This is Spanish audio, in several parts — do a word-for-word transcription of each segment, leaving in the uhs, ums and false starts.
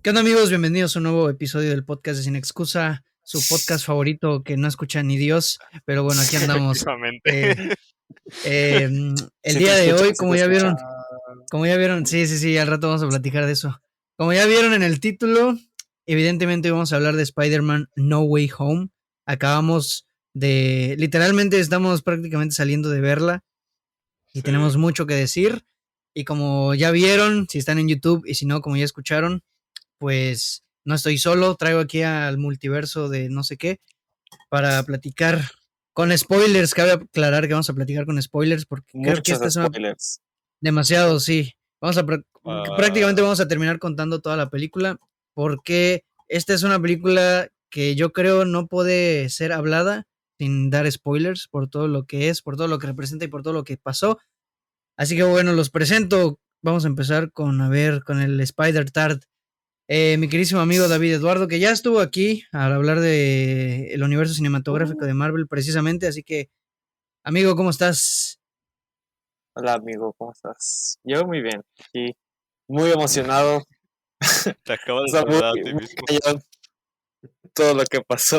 ¿Qué onda, amigos? Bienvenidos a un nuevo episodio del podcast de Sin Excusa, su podcast favorito que no escucha ni Dios, pero bueno, aquí andamos. Eh, Efectivamente. eh, el Sí día te de escucha, hoy, sí como te ya escucha. vieron, como ya vieron, sí, sí, sí, al rato vamos a platicar de eso. Como ya vieron en el título, evidentemente vamos a hablar de Spider-Man No Way Home. Acabamos de, literalmente estamos prácticamente saliendo de verla y Sí. tenemos mucho que decir. Y como ya vieron, si están en YouTube y si no, como ya escucharon, pues no estoy solo, traigo aquí al multiverso de no sé qué para platicar con spoilers. Cabe aclarar que vamos a platicar con spoilers porque creo que Muchos esta es una spoilers. demasiado, sí. Vamos a pr- Ah. prácticamente vamos a terminar contando toda la película porque esta es una película que yo creo no puede ser hablada sin dar spoilers por todo lo que es, por todo lo que representa y por todo lo que pasó. Así que bueno, los presento. Vamos a empezar con, a ver, con el Spider-Tart. Eh, mi querísimo amigo David Eduardo, que ya estuvo aquí al hablar de el universo cinematográfico de Marvel precisamente, así que, amigo, ¿cómo estás? Hola amigo, ¿cómo estás? Yo muy bien, y muy emocionado. Te acabo de O sea, muy, saludar a ti muy mismo. cañón todo lo que pasó.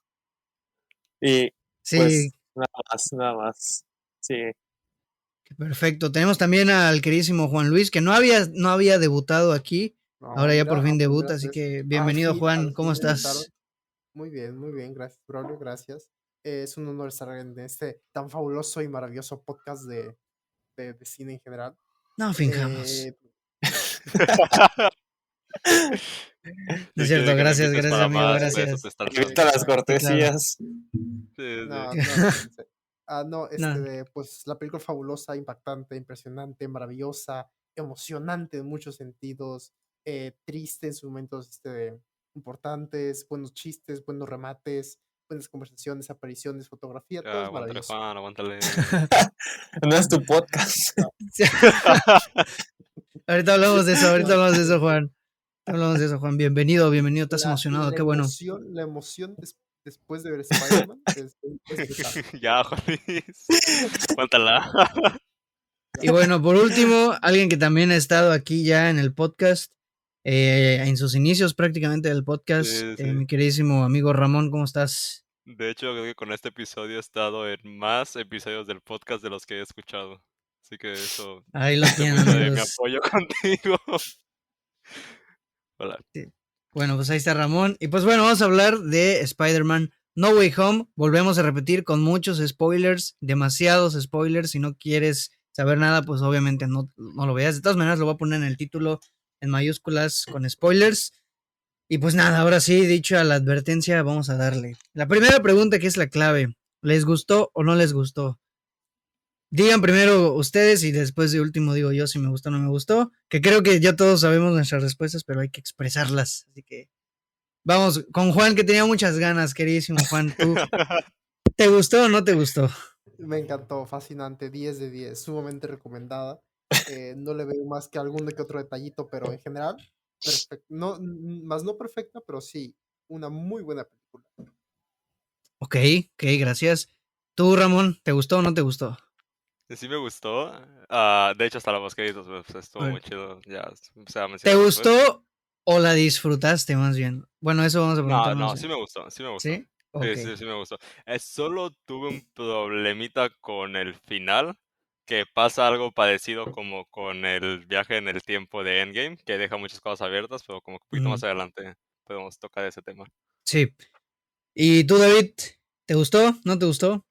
Y pues Sí, nada más, nada más. Sí, perfecto. Tenemos también al queridísimo Juan Luis, que no había, no había debutado aquí, ahora No, ya mira, por fin a debuta, primeras así veces. que Al bienvenido, fin, Juan, al ¿cómo fin me invitaron. estás? Muy bien, muy bien, gracias, Braulio, gracias. Eh, es un honor estar en este tan fabuloso y maravilloso podcast de, de, de cine en general. No fijamos. Eh, No es Yo cierto, quiero que me gracias, invites gracias, para amigo, más, pues, eso gracias. te está sí, evita las claro. Sí, claro. cortesías. Sí, sí. No, no, fíjense. Ah, no, este, No. de, pues la película fabulosa, impactante, impresionante, maravillosa, emocionante en muchos sentidos, eh, triste en sus momentos este, de- importantes, buenos chistes, buenos remates, buenas conversaciones, apariciones, fotografía, todo Ah, es aguántale, maravilloso. Juan, aguántale. No es tu podcast. Ahorita hablamos de eso, ahorita hablamos de eso, Juan. Hablamos de eso, Juan. Bienvenido, bienvenido, estás La, emocionado, la qué bueno. emoción, la emoción des- después de ver Spider-Man es, es brutal. Ya, Juan Luis. Aguántala. Y bueno, por último, alguien que también ha estado aquí ya en el podcast, eh, en sus inicios prácticamente del podcast, Sí, eh, sí. mi queridísimo amigo Ramón, ¿cómo estás? De hecho, creo que con este episodio he estado en más episodios del podcast de los que he escuchado. Así que eso Ahí lo tienen, demuestra de mi amigos. apoyo contigo. Hola. Sí. Bueno, pues ahí está Ramón. Y pues bueno, vamos a hablar de Spider-Man No Way Home. Volvemos a repetir con muchos spoilers, demasiados spoilers. Si no quieres saber nada, pues obviamente no, no lo veas. De todas maneras, lo voy a poner en el título en mayúsculas con spoilers. Y pues nada, ahora sí, dicho a la advertencia, vamos a darle. La primera pregunta que es la clave, ¿les gustó o no les gustó? Digan primero ustedes y después de último digo yo si me gustó o no me gustó, que creo que ya todos sabemos nuestras respuestas, pero hay que expresarlas. Así que vamos con Juan, que tenía muchas ganas, queridísimo Juan. ¿Tú te gustó o no te gustó? Me encantó, fascinante, diez de diez, sumamente recomendada. Eh, no le veo más que algún de que otro detallito, pero en general, perfecto. No, n- más no perfecta, pero sí, una muy buena película. Ok, ok, gracias. ¿Tú, Ramón, te gustó o no te gustó? Sí me gustó. Ah, de hecho, hasta la voz que hizo, pues, estuvo A muy ver, chido. Ya se va a ¿te mencionar después. gustó o la disfrutaste más bien? Bueno, eso vamos a No, preguntar más no, sí bien. me gustó, sí me gustó. ¿Sí? Ok. Sí, sí, sí me gustó. Eh, solo tuve un problemita con el final, que pasa algo parecido como con el viaje en el tiempo de Endgame, que deja muchas cosas abiertas, pero como que un poquito Mm, más adelante podemos tocar ese tema. sí. ¿Y tú, David? ¿Te gustó? ¿No te gustó?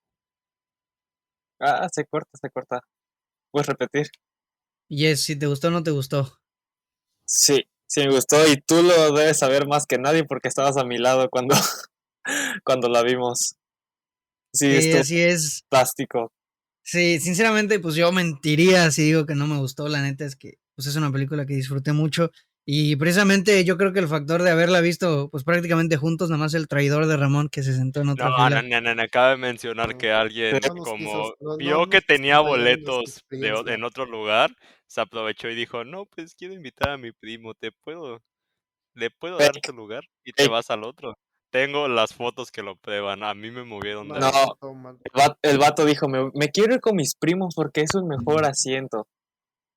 Ah, se corta, se corta. ¿Puedes repetir? Yes, si te gustó o no te gustó. Sí, sí me gustó y tú lo debes saber más que nadie porque estabas a mi lado cuando, cuando la vimos. Sí, Sí, estuvo así es. fantástico. Sí, sinceramente, pues yo mentiría si digo que no me gustó. La neta es que pues es una película que disfruté mucho. Y precisamente yo creo que el factor de haberla visto pues prácticamente juntos, nada más el traidor de Ramón que se sentó en No, otra no, fila. no, no, no, cabe mencionar que No, alguien no nos quiso, como no, no vio que nos quiso tenía rayar en nuestra boletos de, o- experiencia. en otro lugar, se aprovechó y dijo, no, pues quiero invitar a mi primo, ¿te puedo, le puedo dar Fake, tu lugar? Y te fake. vas al otro. Tengo las fotos que lo prueban, a mí me movieron de Mal No, ahí. asunto, mal. el vato, el vato dijo, me, me quiero ir con mis primos porque es un mejor asiento.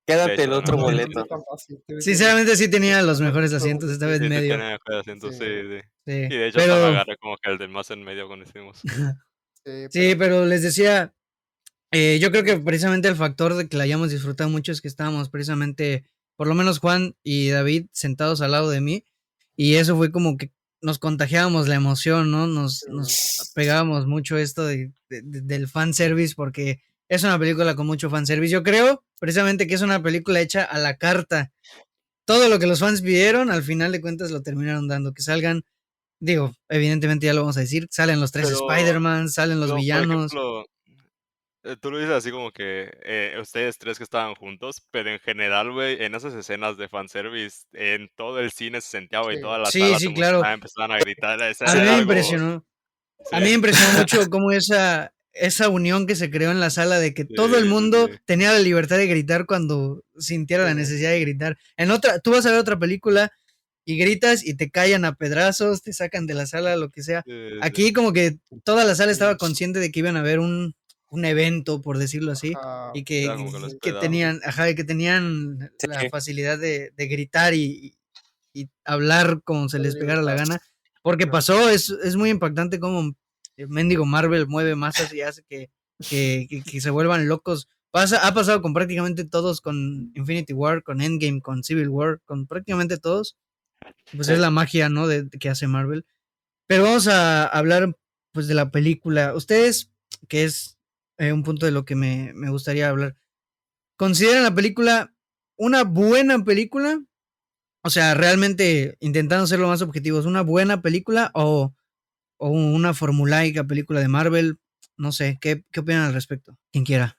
Quédate hecho, el no, otro no, No, no, no boleto. es tan fácil. Tienes que Sinceramente sí tenía los buscar mejores otro asientos, esta vez Sí, sí medio. tenía mejor asiento, sí, Sí, sí. Sí, Y de hecho hasta me pero agarré como que el del más en medio cuando hicimos. sí, sí, pero pero les decía, eh, yo creo que precisamente el factor de que la hayamos disfrutado mucho es que estábamos precisamente, por lo menos Juan y David, sentados al lado de mí, y eso fue como que nos contagiábamos la emoción, ¿no? Nos, nos sí, pegábamos mucho esto de, de- de- del fanservice, porque es una película con mucho fanservice. Yo creo precisamente que es una película hecha a la carta. Todo lo que los fans pidieron, al final de cuentas lo terminaron dando, que salgan, digo, evidentemente ya lo vamos a decir, salen los tres Pero, Spider-Man, salen los no, por villanos. ejemplo, eh, tú lo dices así como que eh, ustedes tres que estaban juntos, pero en general, güey, en esas escenas de fanservice, en todo el cine se sentía, güey, sí. toda la Sí, sala se sí, claro. emocionaba, empezaban a gritar, o sea, A mí era me algo, impresionó. sí, A mí me impresionó mucho cómo esa, esa unión que se creó en la sala de que sí, todo el sí, mundo sí, tenía la libertad de gritar cuando sintiera la Sí. necesidad de gritar. En otra, tú vas a ver otra película y gritas y te callan a pedrazos, te sacan de la sala, lo que sea. sí, sí. Aquí como que toda la sala estaba Sí. consciente de que iban a ver un, un evento, por decirlo así, Ajá, y Era que, como que lo sí, que esperaban. tenían, ajá, y que tenían Sí, la facilidad de, de gritar y, y hablar como se la les pegara la libertad. gana. Porque Ajá. pasó, es, es muy impactante cómo el mendigo Marvel mueve masas y hace que, que, que, que se vuelvan locos. Pasa, ha pasado con prácticamente todos, con Infinity War, con Endgame, con Civil War, con prácticamente todos. Pues es sí. la magia, ¿no? De, de que hace Marvel. Pero vamos a hablar, pues, de la película. Ustedes, que es eh, un punto de lo que me, me gustaría hablar, ¿consideran la película una buena película? O sea, realmente intentando ser lo más objetivos, ¿una buena película o, o una formulaica película de Marvel? No sé, ¿qué, qué opinan al respecto? Quien quiera.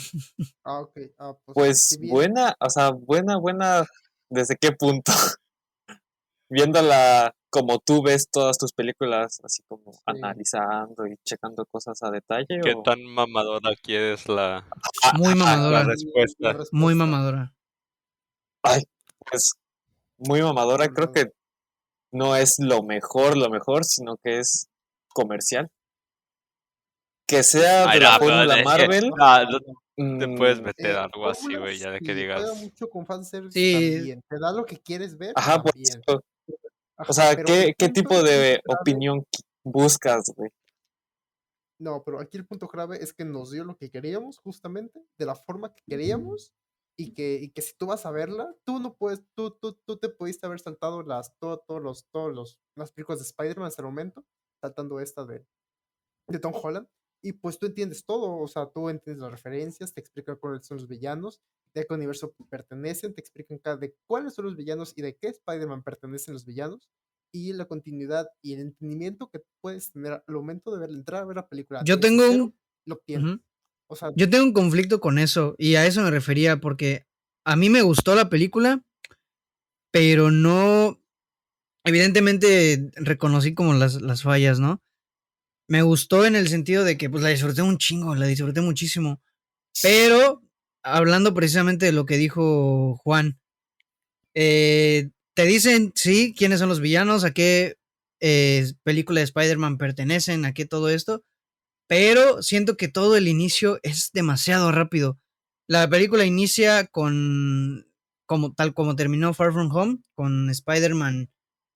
Ah, ok. Ah, pues Pues si bien, buena, o sea, buena, buena, ¿desde qué punto? Viéndola como tú ves todas tus películas, así como sí. analizando y checando cosas a detalle, ¿Qué o... tan mamadora quieres la, Ah, Muy ah, la mamadora, La respuesta? muy respuesta. mamadora. ay, pues muy mamadora, No, creo no. que no es lo mejor, lo mejor, sino que es comercial. Que sea Ay, de no, la pero fórmula es que Marvel, no, no te puedes mm, meter Eh, algo así, güey, fórmulas ya de que sí, juega digas. mucho con fanservice Sí, también. Te da lo que quieres ver ajá, por también. eso. O Ajá, sea, pero el ¿qué, qué punto, tipo el punto de clave, opinión qui- buscas, güey? no, pero aquí el punto clave es que nos dio lo que queríamos justamente, de la forma que queríamos, y que, y que si tú vas a verla, tú no puedes, tú, tú, tú te pudiste haber saltado las, todo- todos los, todos los, las películas de Spider-Man hasta el momento, saltando esta de, de Tom Holland, y pues tú entiendes todo, o sea, tú entiendes las referencias, te explican cuáles son los villanos, de qué universo pertenecen, te explican cada, de cuáles son los villanos y de qué Spider-Man pertenecen los villanos, y la continuidad y el entendimiento que puedes tener al momento de ver, entrar a ver la película yo desde tengo cero, un, lo obtienes. ujú, O sea, yo tengo un conflicto con eso y a eso me refería porque a mí me gustó la película, pero no, evidentemente reconocí como las, las fallas, ¿no? Me gustó en el sentido de que pues la disfruté un chingo, la disfruté muchísimo. Pero hablando precisamente de lo que dijo Juan, eh, te dicen, sí, quiénes son los villanos, a qué eh, película de Spider-Man pertenecen, a qué todo esto, pero siento que todo el inicio es demasiado rápido. La película inicia con, como, tal como terminó Far From Home, con Spider-Man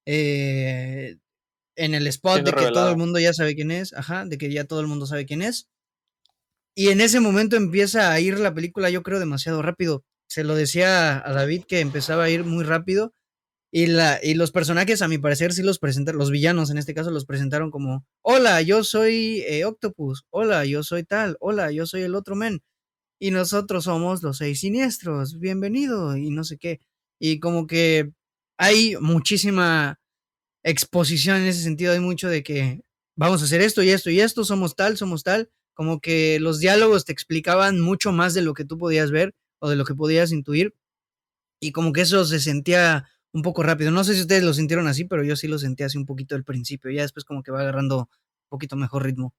eh, en el spot Siendo de que todo el revelada. mundo ya sabe quién es, ajá, de que ya todo el mundo sabe quién es. Y en ese momento empieza a ir la película, yo creo, demasiado rápido. Se lo decía a David que empezaba a ir muy rápido. Y, la, y los personajes, a mi parecer, sí los presentaron, los villanos en este caso los presentaron como: hola, yo soy eh, Octopus, hola, yo soy tal, hola, yo soy el otro men. Y nosotros somos los seis siniestros, bienvenido, y no sé qué. Y como que hay muchísima exposición en ese sentido, hay mucho de que vamos a hacer esto y esto y esto, somos tal, somos tal, como que los diálogos te explicaban mucho más de lo que tú podías ver o de lo que podías intuir, y como que eso se sentía un poco rápido. No sé si ustedes lo sintieron así, pero yo sí lo sentí así un poquito al principio, ya después como que va agarrando un poquito mejor ritmo.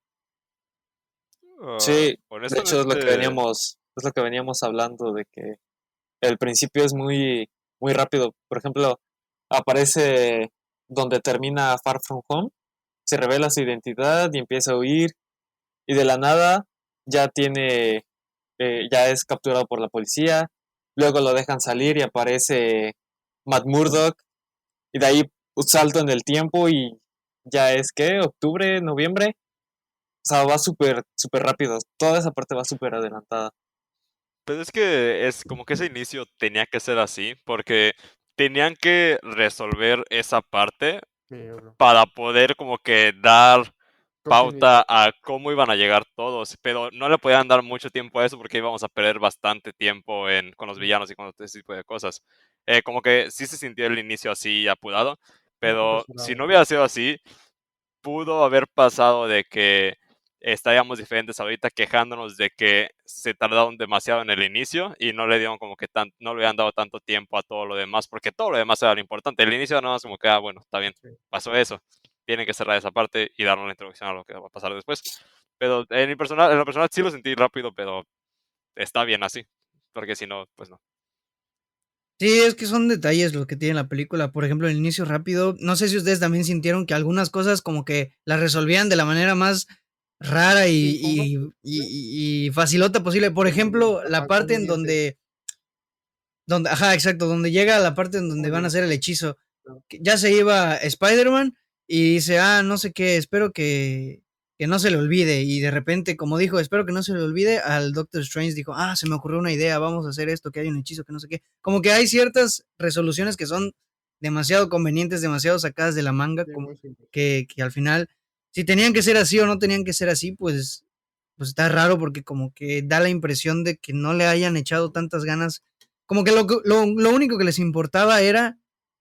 Ah, Sí, de hecho es lo que honestamente, veníamos, es lo que veníamos hablando de que el principio es muy, muy rápido. Por ejemplo, aparece donde termina Far From Home, se revela su identidad y empieza a huir, y de la nada ya tiene, eh, ya es capturado por la policía, luego lo dejan salir y aparece Matt Murdock, y de ahí un salto en el tiempo y ya es que octubre, noviembre, o sea, va súper, súper rápido, toda esa parte va súper adelantada. Pero es que es como que ese inicio tenía que ser así, porque tenían que resolver esa parte Sí, bro. para poder como que dar Continuidad. pauta a cómo iban a llegar todos, pero no le podían dar mucho tiempo a eso porque íbamos a perder bastante tiempo en, con los Mm, villanos y con ese tipo de cosas. Eh, como que sí se sintió el inicio así apurado, Un poco pero si apresurado. no hubiera sido así, pudo haber pasado de que estaríamos diferentes ahorita quejándonos de que se tardaron demasiado en el inicio y no le dieron como que tan, no le habían dado tanto tiempo a todo lo demás, porque todo lo demás era lo importante. El inicio no más como que, ah, bueno, está bien, Sí. pasó eso. Tienen que cerrar esa parte y darnos la introducción a lo que va a pasar después. Pero en mi personal, en lo personal sí lo sentí rápido, pero está bien así, porque si no, pues no. Sí, es que son detalles los que tiene la película. Por ejemplo, el inicio rápido. No sé si ustedes también sintieron que algunas cosas como que las resolvían de la manera más rara y, Sí, como más y, simple. y- y facilota posible. Por ejemplo, la Ajá, parte en conveniente. donde, donde, ajá, exacto, donde llega la parte en donde van a Conveniente. hacer el hechizo. Claro. Que ya se iba Spider-Man y dice, ah, no sé qué, espero que, que no se le olvide. Y de repente, como dijo, espero que no se le olvide, al Doctor Strange dijo, ah, se me ocurrió una idea, vamos a hacer esto, que hay un hechizo, que no sé qué. Como que hay ciertas resoluciones que son demasiado convenientes, demasiado sacadas de la manga, Sí, como muy simple. que, que al final, si tenían que ser así o no tenían que ser así, pues, pues está raro porque como que da la impresión de que no le hayan echado tantas ganas. Como que lo, lo, lo único que les importaba era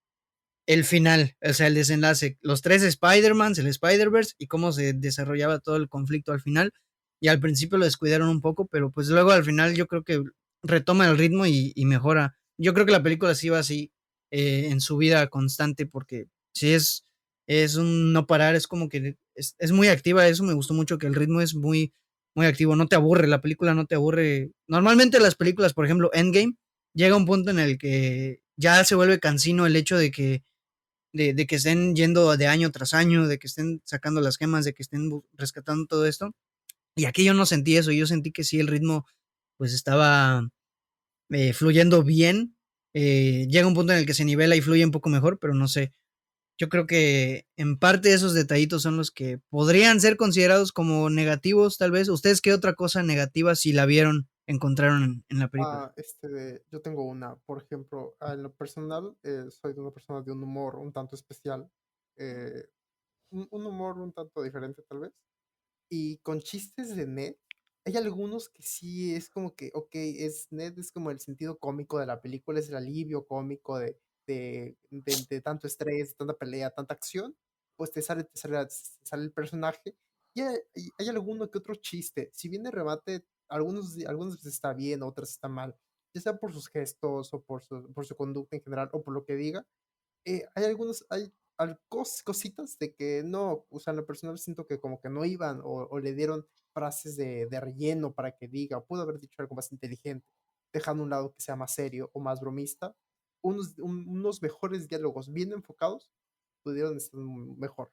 el final, o sea, el desenlace, los tres Spider-Mans, el Spider-Verse y cómo se desarrollaba todo el conflicto al final. Y al principio lo descuidaron un poco, pero pues luego al final yo creo que retoma el ritmo y, y mejora. Yo creo que la película sí va así eh, en su vida constante porque sí es, es un no parar, es como que es, es muy activa, eso me gustó mucho, que el ritmo es muy, muy activo, no te aburre, la película no te aburre. Normalmente las películas, por ejemplo, Endgame, llega un punto en el que ya se vuelve cansino el hecho de que de, de, que estén yendo de año tras año, de que estén sacando las gemas, de que estén rescatando todo esto. Y aquí yo no sentí eso, yo sentí que sí el ritmo pues estaba eh, fluyendo bien. Eh, llega un punto en el que se nivela y fluye un poco mejor, pero no sé. Yo creo que en parte esos detallitos son los que podrían ser considerados como negativos, tal vez. ¿Ustedes qué otra cosa negativa, si la vieron, encontraron en, en la película? Ah, este, de- yo tengo una, por ejemplo, ah, en lo personal, eh, soy de una persona de un humor un tanto especial, eh, un, un humor un tanto diferente tal vez, y con chistes de Ned, hay algunos que sí es como que, ok, es Ned es como el sentido cómico de la película, es el alivio cómico de, de, de, de tanto estrés, tanta pelea, tanta acción, pues te sale, te sale, te sale el personaje, y hay, y hay alguno que otro chiste, si bien de remate, algunos, algunos veces está bien, otras está mal, ya sea por sus gestos o por su, por su conducta en general o por lo que diga, eh, hay algunos, hay al- cos- cositas de que no, o sea, en lo personal siento que como que no iban o, o le dieron frases de, de relleno para que diga, pudo haber dicho algo más inteligente, dejando a un lado que sea más serio o más bromista, unos, un- unos mejores diálogos bien enfocados pudieron estar mejor.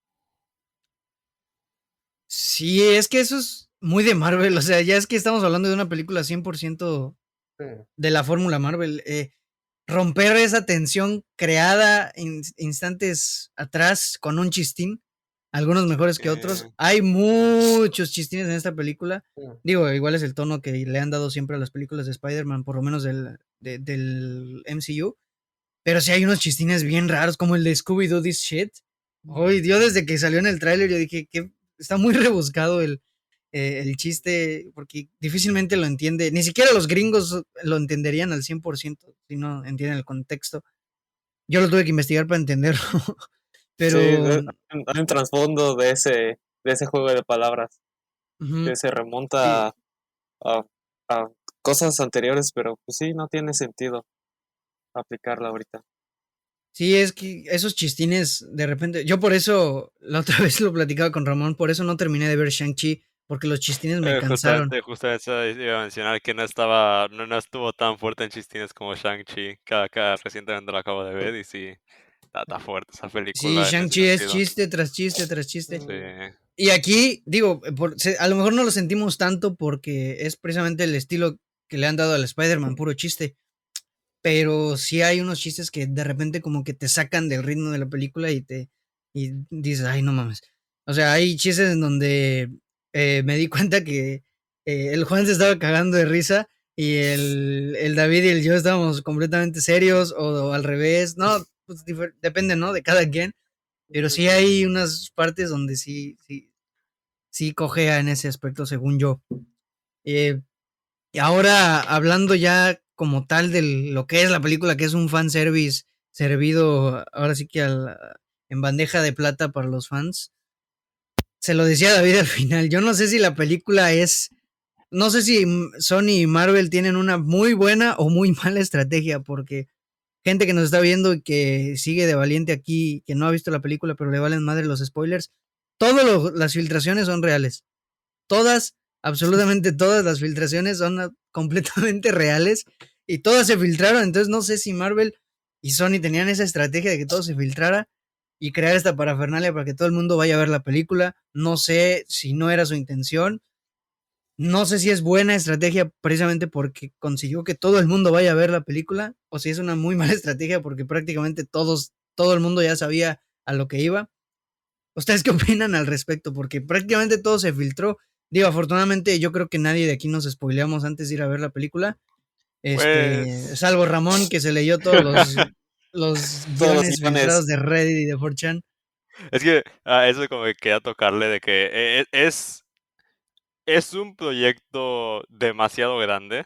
Sí, es que eso es muy de Marvel, o sea, ya es que estamos hablando de una película cien por ciento Sí, de la fórmula Marvel. Eh, romper esa tensión creada in- instantes atrás con un chistín, algunos mejores que otros. Eh, Hay muchos chistines en esta película. sí, Digo, igual es el tono que le han dado siempre a las películas de Spider-Man, por lo menos del, de- del M C U. Pero sí hay unos chistines bien raros, como el de Scooby-Doo This Shit. Hoy, yo desde que salió en el tráiler, yo dije que está muy rebuscado el, eh, el chiste, porque difícilmente lo entiende. Ni siquiera los gringos lo entenderían al cien por ciento si no entienden el contexto. Yo lo tuve que investigar para entenderlo. Sí, Pero, de- hay un trasfondo de ese, de ese juego de palabras ujú, que se remonta sí, a, a- a cosas anteriores, pero pues sí, no tiene sentido aplicarla ahorita. sí, es que esos chistines, de repente, yo por eso, la otra vez lo platicaba con Ramón, por eso no terminé de ver Shang-Chi, porque los chistines me eh, cansaron. justamente, justamente eso iba a mencionar que no estaba, no, no estuvo tan fuerte en chistines como Shang-Chi, que acá recientemente lo acabo de ver y sí, está, está fuerte esa Sí, película en ese Shang-Chi es sentido. chiste tras chiste tras chiste. Sí. mm, Y aquí, digo, eh, por- se- a lo mejor no lo sentimos tanto porque es precisamente el estilo que le han dado al Spider-Man, puro chiste. pero sí hay unos chistes que de repente como que te sacan del ritmo de la película y te y dices, ay, no mames. O sea, hay chistes en donde eh, me di cuenta que eh, el Juan se estaba cagando de risa y el, el David y el yo estábamos completamente serios o, o al revés. No, pues difer- depende, ¿no? De cada quien. Pero sí hay unas partes donde sí, sí, sí cojea en ese aspecto, según yo. Eh, y ahora, hablando ya como tal de lo que es la película, que es un fanservice servido ahora sí que al, en bandeja de plata para los fans. Se lo decía David al final. Yo no sé si la película es. No sé si Sony y Marvel tienen una muy buena o muy mala estrategia, porque gente que nos está viendo y que sigue de valiente aquí, que no ha visto la película, pero le valen madre los spoilers. Todas las filtraciones son reales. Todas, absolutamente todas las filtraciones son completamente reales y todas se filtraron. Entonces no sé si Marvel y Sony tenían esa estrategia de que todo se filtrara y crear esta parafernalia para que todo el mundo vaya a ver la película. No sé si no era su intención. No sé si es buena estrategia precisamente porque consiguió que todo el mundo vaya a ver la película o si es una muy mala estrategia porque prácticamente todos, todo el mundo ya sabía a lo que iba. ¿Ustedes qué opinan al respecto? Porque prácticamente todo se filtró. Digo, afortunadamente yo creo que nadie de aquí nos spoileamos antes de ir a ver la película. Este, Pues... salvo Ramón que se leyó todos los, los Todos los guiones filtrados guiones. de Reddit y de cuatro chan. Es que a eso como que quería tocarle de que e- e- es, es un proyecto demasiado grande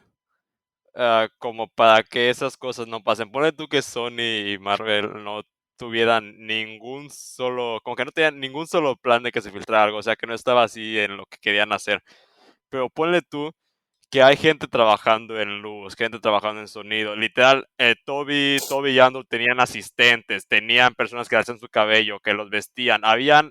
ah, como para que esas cosas no pasen. Ponle tú que Sony y Marvel no tuvieran ningún solo, como que no tenían ningún solo plan de que se filtrara algo, o sea, que no estaba así en lo que querían hacer. Pero ponle tú que hay gente trabajando en luz, gente trabajando en sonido. Literal, eh, Toby, Toby y Andrew tenían asistentes, tenían personas que hacían su cabello, que los vestían. Habían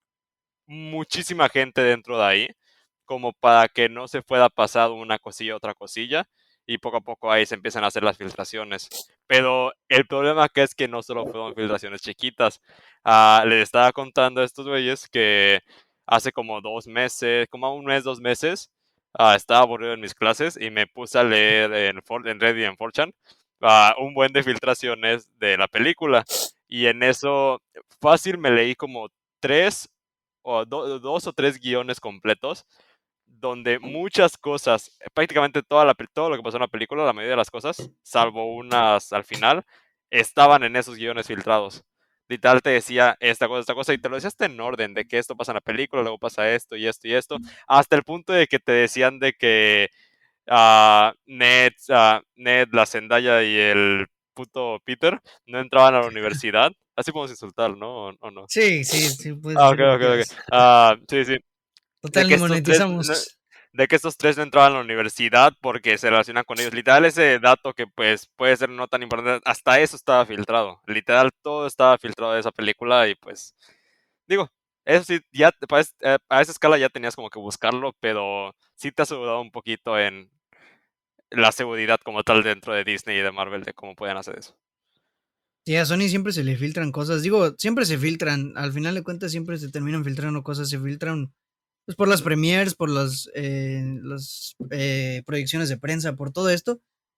muchísima gente dentro de ahí, como para que no se pueda pasar una cosilla otra cosilla, y poco a poco ahí se empiezan a hacer las filtraciones. Pero el problema que es que no solo fueron filtraciones chiquitas. Uh, les estaba contando a estos güeyes que hace como dos meses, como un mes, dos meses, uh, estaba aburrido en mis clases y me puse a leer en, For en Reddit y en four chan uh, un buen de filtraciones de la película. Y en eso, fácil, me leí como tres o do, dos o tres guiones completos donde muchas cosas, prácticamente toda la, todo lo que pasó en la película, la mayoría de las cosas, salvo unas al final, estaban en esos guiones filtrados. Literal te decía esta cosa, esta cosa, y te lo decía hasta en orden, de que esto pasa en la película, luego pasa esto y esto y esto, hasta el punto de que te decían de que uh, Ned, uh, Ned, la Zendaya y el puto Peter no entraban a la universidad. Así podemos insultar, ¿no? ¿O, o no? Sí, sí, sí, puedes Ah, decir ok, lo que ok, ok. quieras. Ah, sí, sí. De Total, que ni estos tres, no- monetizamos. de que estos tres no entraban a la universidad porque se relacionan con ellos. Literal, ese dato que pues puede ser no tan importante, hasta eso estaba filtrado. Literal, todo estaba filtrado de esa película y pues, digo, eso sí, ya para es- eh, a esa escala ya tenías como que buscarlo, pero sí te has asegurado un poquito en la seguridad como tal dentro de Disney y de Marvel de cómo pueden hacer eso. Sí, a Sony siempre se le filtran cosas. Digo, siempre se filtran. Al final de cuentas, siempre se terminan filtrando cosas. Se filtran pues, por las premiers, por las, eh, las eh, proyecciones de prensa, por todo esto.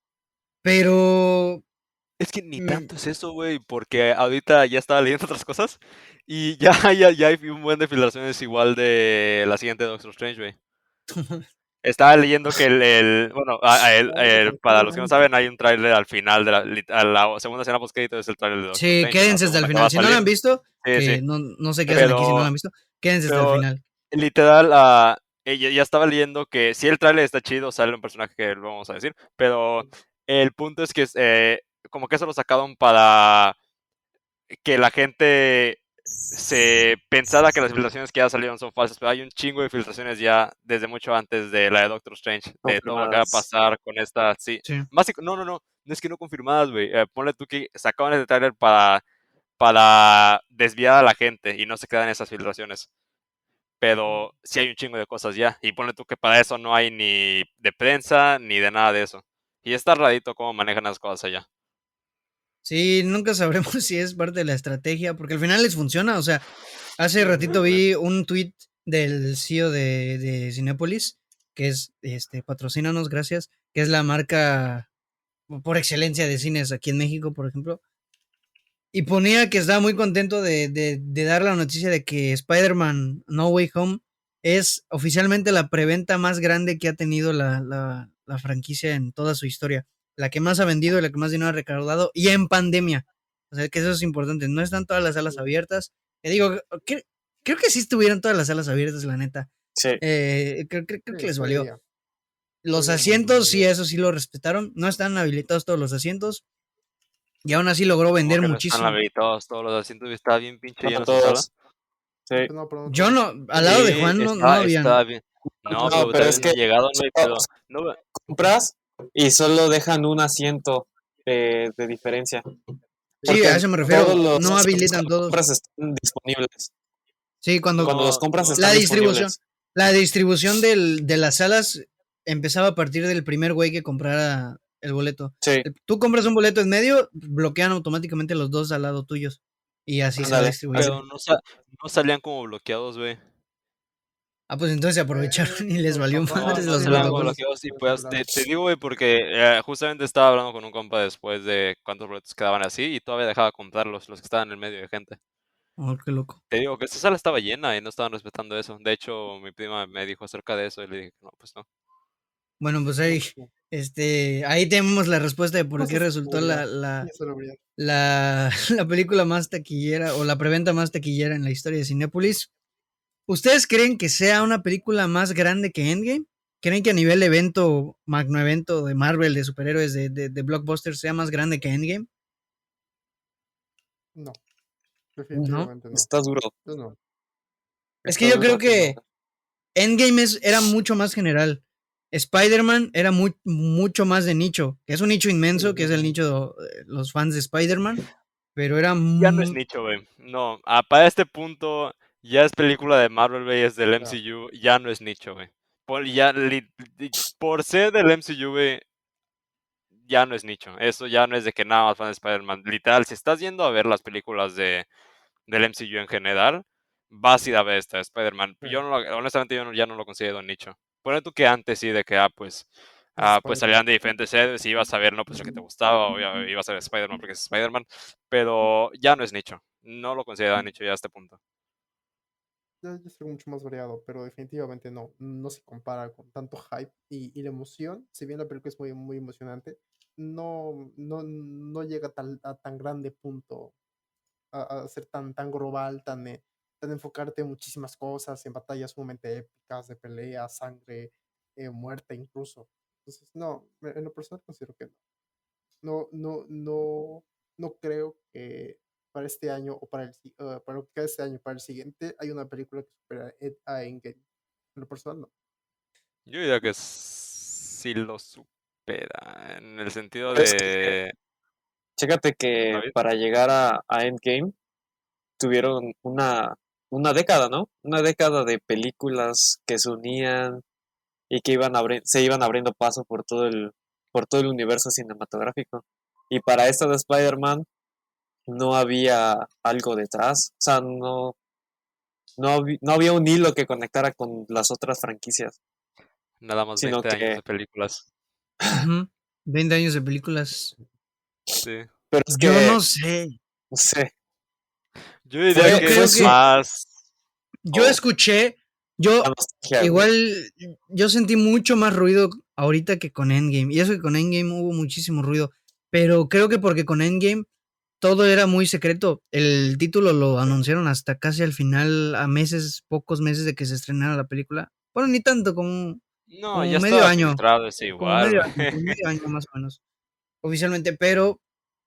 Pero. Es que ni mm, tanto es eso, güey, porque ahorita ya estaba leyendo otras cosas y ya, ya, ya hay un buen de filtraciones igual de la siguiente Doctor Strange, güey. Estaba leyendo que el, el bueno, a- a el- el- para los que no saben, hay un tráiler al final de la, lit- a la segunda escena post crédito es el tráiler de Doctor sí, Strange, la quédense hasta el segunda que va final. a Si no lo salir. han visto, Sí, sí, que no, no sé qué hacen aquí si no lo pero, han visto, quédense hasta el pero final. literal, ah, ella ya estaba leyendo que si el tráiler está chido, sale un personaje que lo vamos a decir, pero el punto es que eh, como que eso lo sacaron para que la gente se pensaba que las filtraciones que ya salieron son falsas, pero hay un chingo de filtraciones ya desde mucho antes de la de Doctor Strange, de todo lo que va a Confirmadas. pasar con esta, sí. Sí. Más, no, no, no, no es que no confirmadas, güey. Eh, ponle tú que sacaban ese trailer para, para desviar a la gente y no se quedan esas filtraciones. Pero sí hay un chingo de cosas ya. Y ponle tú que para eso no hay ni de prensa ni de nada de eso. Y está radito cómo manejan las cosas allá. Sí, nunca sabremos si es parte de la estrategia, porque al final les funciona. O sea, hace ratito vi un tweet del C E O de, de Cinépolis, que es, este, patrocínanos, gracias, que es la marca por excelencia de cines aquí en México, por ejemplo. Y ponía que estaba muy contento de, de, de dar la noticia de que Spider-Man No Way Home es oficialmente la preventa más grande que ha tenido la, la, la franquicia en toda su historia. La que más ha vendido y la que más dinero ha recaudado, y en pandemia. O sea, que eso es importante. No están todas las salas abiertas. Te digo, que, creo que sí estuvieron todas las salas abiertas, la neta. Sí. Eh, creo, creo, creo Sí, que les se valió. veía. Los Se veía muy asientos, sí, bien. eso sí lo respetaron. No están habilitados todos los asientos. Y aún así logró Como vender que no están muchísimo. habilitados todos los asientos, estaba bien pinche No lleno esa sala. todos. Sí. No, pero no Yo todos. no, al lado de Sí, Juan no, no está, habían. está bien. No, No, pero pero también es no he que llegado, güey, solo pero no, compras y solo dejan un asiento de, de diferencia. Sí, Porque a eso me refiero. todos los No asientos habilitan cuando todos. compras están disponibles. Sí, cuando Cuando los no, compras no. están la distribución, disponibles. la distribución del, de las salas empezaba a partir del primer güey que comprara el boleto. Sí, El- Tú compras un boleto en medio, bloquean automáticamente los dos al lado tuyos. Y así se va ándale. distribuyendo. Pero no, sa- no salían como bloqueados, güey. Ah, pues entonces se aprovecharon Eh, y les pero valió tampoco No, madres no los sí, salían no, como protocolos. bloqueados y no, pues no, te, te digo, güey, porque eh, justamente estaba hablando con un compa después de cuántos boletos quedaban así y todavía dejaba comprarlos, los que estaban en el medio de gente. Oh, qué loco. Te digo que esta sala estaba llena y no estaban respetando eso. De hecho, mi prima me dijo acerca de eso y le dije, no, pues no. Bueno, pues no, ahí, pues no. este, ahí tenemos la respuesta de por qué Cosas de resultó la, seguridad. la, Y seguridad. la, la película más taquillera o la preventa más taquillera en la historia de Cinépolis. ¿Ustedes creen que sea una película más grande que Endgame? ¿Creen que a nivel evento, magno evento de Marvel, de superhéroes, de, de, de blockbuster, sea más grande que Endgame? No, No. definitivamente no. Está duro. Yo no. Es que Está yo creo duro que que no. Endgame es, era mucho más general. Spider-Man era muy, mucho más de nicho, que es un nicho inmenso, que es el nicho de los fans de Spider-Man, pero era... Ya no es mu- nicho, güey. No, ah, para este punto ya es película de Marvel, güey, es del Ya. M C U, ya no es nicho, güey. Por, ya, li- li- por ser del M C U, güey, ya no es nicho. Eso ya no es de que nada más fan de Spider-Man. Literal, si estás yendo a ver las películas de, del M C U en general, vas a ir a ver esta de Spider-Man. Sí. Yo no lo- honestamente yo no- ya no lo considero nicho. Pone tú que antes sí, de que, ah, pues, ah, pues Spider-Man. salían de diferentes series y ibas a ver, no, pues lo que te gustaba, o ya- ibas a ver Spider-Man porque es Spider-Man, pero ya no es nicho. No lo considero nicho ya a este punto. Ya, ya es algo mucho más variado, pero definitivamente no. No se compara con tanto hype y, y la emoción. Si bien la película es muy, muy emocionante, no, no, no llega a tan, a tan grande punto a, a ser tan, tan global, tan, eh, tan enfocarte en muchísimas cosas, en batallas sumamente épicas, de pelea, sangre, eh, muerte incluso. Entonces, no, en lo personal considero que no. No, no, no, no creo que para este año o para el si- eh, para lo que queda este año, para el siguiente, hay una película que supera Ed- a Endgame. En lo personal, no. Yo diría que sí lo supera, en el sentido Pero es que, de... chécate que ¿David? para llegar a, a Endgame tuvieron una, una década, ¿no? Una década de películas que se unían y que iban abri- se iban abriendo paso por todo el, por todo el universo cinematográfico. Y para esta de Spider-Man no había algo detrás, o sea, no, no, habi- no había un hilo que conectara con las otras franquicias, Nada más sino veinte años que, de películas. Ujú. veinte años de películas. Sí. pero es Yo que, no sé. no sé, Yo diría Fue- Yo que creo es que más... yo oh, escuché, yo la nostalgia, güey. igual, yo sentí mucho más ruido ahorita que con Endgame. Y eso que con Endgame hubo muchísimo ruido. Pero creo que porque con Endgame todo era muy secreto. El título lo anunciaron hasta casi al final, a meses, pocos meses de que se estrenara la película. Bueno, ni tanto, como, No, como ya medio estaba año. filtrado, es Como igual, medio güey. año, como medio año más o menos. Oficialmente, pero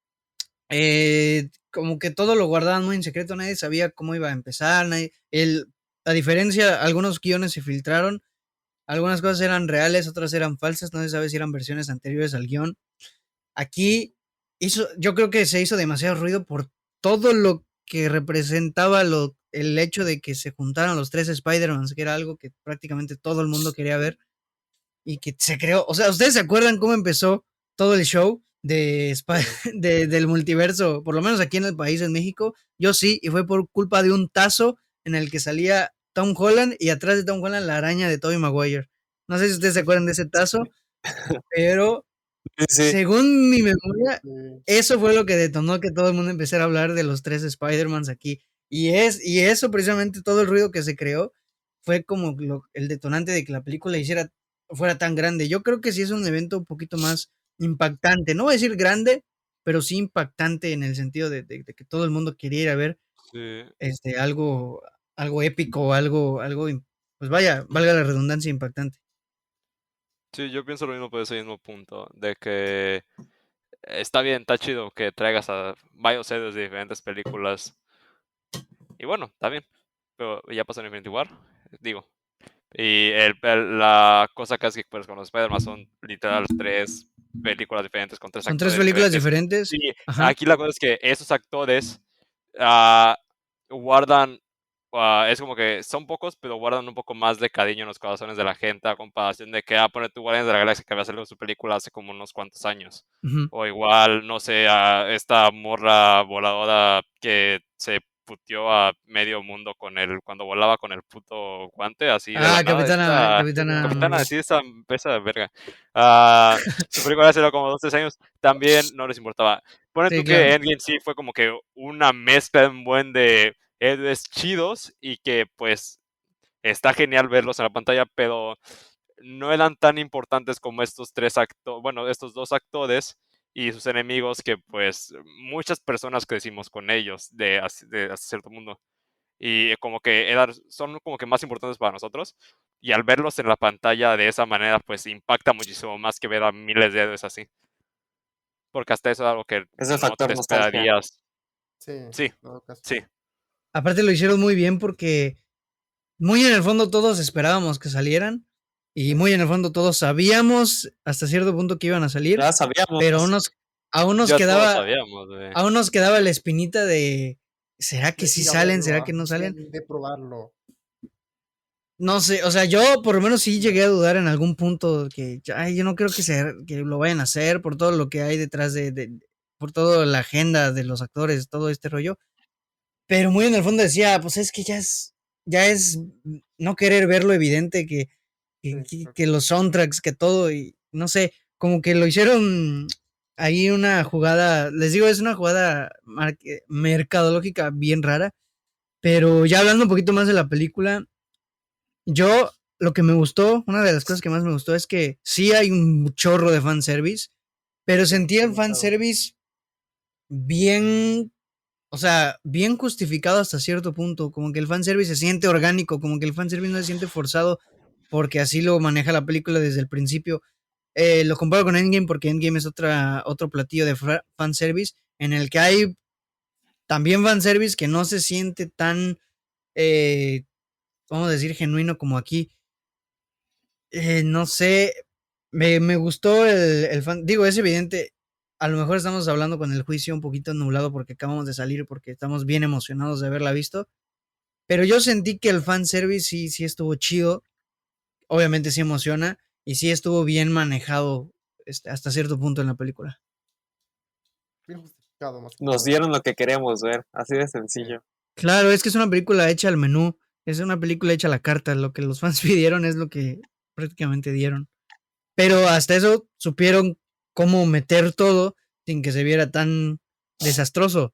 eh, como que todo lo guardaban muy en secreto, nadie sabía cómo iba a empezar, nadie, el, a diferencia, algunos guiones se filtraron, algunas cosas eran reales, otras eran falsas, no se sabe si eran versiones anteriores al guión. Aquí hizo, yo creo que se hizo demasiado ruido por todo lo que representaba lo, el hecho de que se juntaran los tres Spider-Mans, que era algo que prácticamente todo el mundo quería ver y que se creó. O sea, ¿ustedes se acuerdan cómo empezó todo el show de, Sp- de- del multiverso? Por lo menos aquí en el país, en México, yo sí, y fue por culpa de un tazo en el que salía Tom Holland y atrás de Tom Holland la araña de Tobey Maguire. No sé si ustedes se acuerdan de ese tazo, pero Sí, según mi memoria, Sí. eso fue lo que detonó que todo el mundo empezara a hablar de los tres Spider-Mans aquí. Y, es, y eso, precisamente, todo el ruido que se creó fue como lo- el detonante de que la película hiciera, fuera tan grande. Yo creo que sí es un evento un poquito más impactante. No voy a decir grande, pero sí impactante en el sentido de, de- de que todo el mundo quería ir a ver Sí. este, algo, algo épico, algo, algo, im- pues vaya, valga la redundancia, impactante. Sí, yo pienso lo mismo por ese mismo punto, de que está bien, está chido que traigas a varios héroes de diferentes películas. Y bueno, está bien. Pero ya pasó en Infinity War, digo. Y el, el- la cosa que es que pues, con los Spider-Man son literal tres películas diferentes con tres Son tres actores películas diferentes. diferentes. Y Ajá. aquí la cosa es que esos actores ah, guardan, ah, es como que son pocos, pero guardan un poco más de cariño en los corazones de la gente a comparación de que, ah, pone tu Guardianes de la Galaxia que había salido su película hace como unos cuantos años. Ujú. O igual, no sé, a esta morra voladora que se puteó a medio mundo con el, cuando volaba con el puto guante, así de la Ah, nada. Capitana, Esta Capitana Capitana, Marvel. así esa, esa verga. Ah, su película hace como dos, tres años, también no les importaba. Pone Sí, tú claro. que Endgame sí fue como que una mezcla de un buen de héroes chidos y que pues está genial verlos en la pantalla, pero no eran tan importantes como estos tres actores, bueno, estos dos actores y sus enemigos que pues muchas personas crecimos con ellos de, de hasta cierto mundo. Y como que eran, son como que más importantes para nosotros. Y al verlos en la pantalla de esa manera, pues impacta muchísimo más que ver a miles de héroes así. Porque hasta eso es algo que es el no te factor nostalgia. esperarías. Sí, en Sí, todo caso. sí. Aparte lo hicieron muy bien porque muy en el fondo todos esperábamos que salieran y muy en el fondo todos sabíamos hasta cierto punto que iban a salir, Ya sabíamos. pero aún nos, aún nos Ya todos quedaba, sabíamos, güey. aún nos quedaba la espinita de ¿será que De sí ir a salen? verlo, ¿Será ah, que no salen? de, de probarlo. No sé, o sea, yo por lo menos sí llegué a dudar en algún punto que ay, yo no creo que, se, que lo vayan a hacer por todo lo que hay detrás de, de, por toda la agenda de los actores, todo este rollo. Pero muy en el fondo decía, pues es que ya es, ya es no querer ver lo evidente que, que, Sí, que- claro. que los soundtracks, que todo, y no sé, como que lo hicieron ahí una jugada, les digo, es una jugada mar- mercadológica bien rara, pero ya hablando un poquito más de la película, yo lo que me gustó, una de las cosas que más me gustó es que sí hay un chorro de fanservice, pero sentí el Demasiado. fanservice bien, o sea, bien justificado hasta cierto punto, como que el fanservice se siente orgánico, como que el fanservice no se siente forzado, porque así lo maneja la película desde el principio. Eh, lo comparo con Endgame porque Endgame es otra, otro platillo de fra- fanservice, en el que hay también fanservice que no se siente tan, eh, vamos a decir, genuino como aquí. Eh, no sé, me, me gustó el, el fan, digo, es evidente, a lo mejor estamos hablando con el juicio un poquito nublado porque acabamos de salir, porque estamos bien emocionados de haberla visto, pero yo sentí que el fanservice sí, sí estuvo chido, obviamente sí emociona, y sí estuvo bien manejado este, hasta cierto punto en la película. Bien justificado, más que Nos nada. dieron lo que queríamos ver, así de sencillo. Claro, es que es una película hecha al menú, es una película hecha a la carta, lo que los fans pidieron es lo que prácticamente dieron. Pero hasta eso supieron cómo meter todo sin que se viera tan desastroso.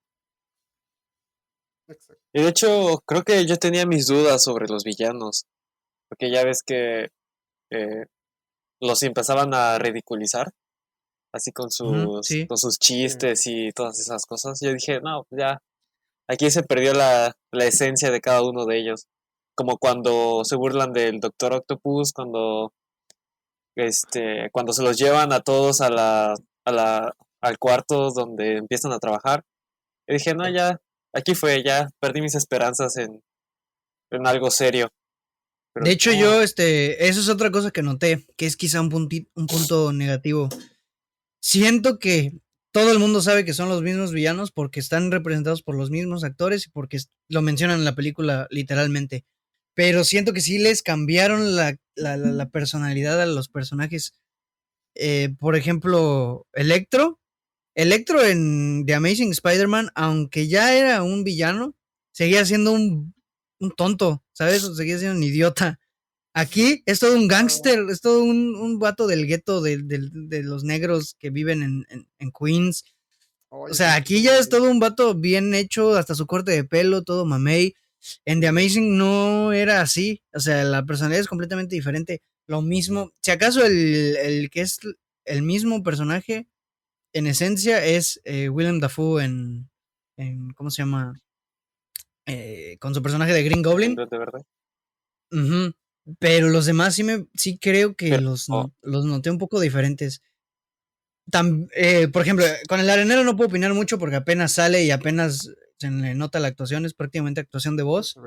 Exacto. Y de hecho, creo que yo tenía mis dudas sobre los villanos, porque ya ves que eh, los empezaban a ridiculizar, así con Ujú, sus, sí. con sus Sí. chistes y todas esas cosas. Yo dije, no, pues ya, aquí se perdió la, la esencia de cada uno de ellos. Como cuando se burlan del Doctor Octopus, cuando este, cuando se los llevan a todos a la, a la, al cuarto donde empiezan a trabajar. Y dije, no, ya, aquí fue, ya perdí mis esperanzas en, en algo serio. Pero De hecho, no, yo, este, eso es otra cosa que noté, que es quizá un, punti- un punto negativo. Siento que todo el mundo sabe que son los mismos villanos porque están representados por los mismos actores y porque es- lo mencionan en la película literalmente. Pero siento que sí les cambiaron la, la, la- la personalidad a los personajes. Eh, por ejemplo, Electro. Electro en The Amazing Spider-Man, aunque ya era un villano, seguía siendo un, un tonto, ¿sabes? Seguía siendo un idiota. Aquí es todo un gángster, es todo un, un vato del gueto de, de, de los negros que viven en, en, en Queens. Oh, O sea, aquí ya es todo un vato bien hecho, hasta su corte de pelo, todo mamey. En The Amazing no era así, o sea, la personalidad es completamente diferente. Lo mismo, si acaso el, el que es el mismo personaje, en esencia, es eh, Willem Dafoe en, en, ¿cómo se llama? Eh, con su personaje de Green Goblin. De verdad. Uh-huh. Pero los demás sí me sí creo que Pero, los, oh, no, los noté un poco diferentes. Tam, eh, por ejemplo, con el arenero no puedo opinar mucho porque apenas sale y apenas se le nota la actuación, es prácticamente actuación de voz.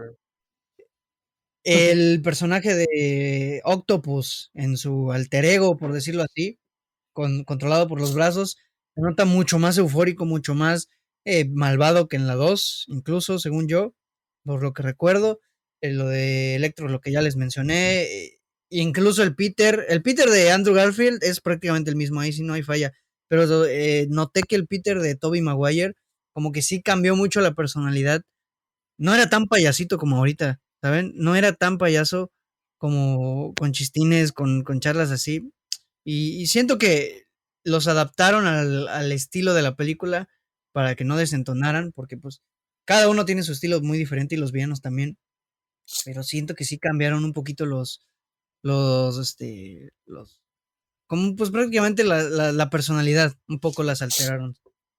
El personaje de Octopus en su alter ego, por decirlo así, con, controlado por los brazos, se nota mucho más eufórico, mucho más eh, malvado que en la dos, incluso, según yo, por lo que recuerdo. Eh, lo de Electro, lo que ya les mencioné. Eh, incluso el Peter, el Peter de Andrew Garfield es prácticamente el mismo, ahí sí no hay falla. Pero eh, noté que el Peter de Tobey Maguire, como que sí cambió mucho la personalidad. No era tan payasito como ahorita, ¿saben? No era tan payaso como con chistines, con, con charlas así. Y, y siento que los adaptaron al, al estilo de la película para que no desentonaran, porque pues cada uno tiene su estilo muy diferente y los villanos también. Pero siento que sí cambiaron un poquito los, los, este, los, como pues prácticamente la, la, la personalidad, un poco las alteraron.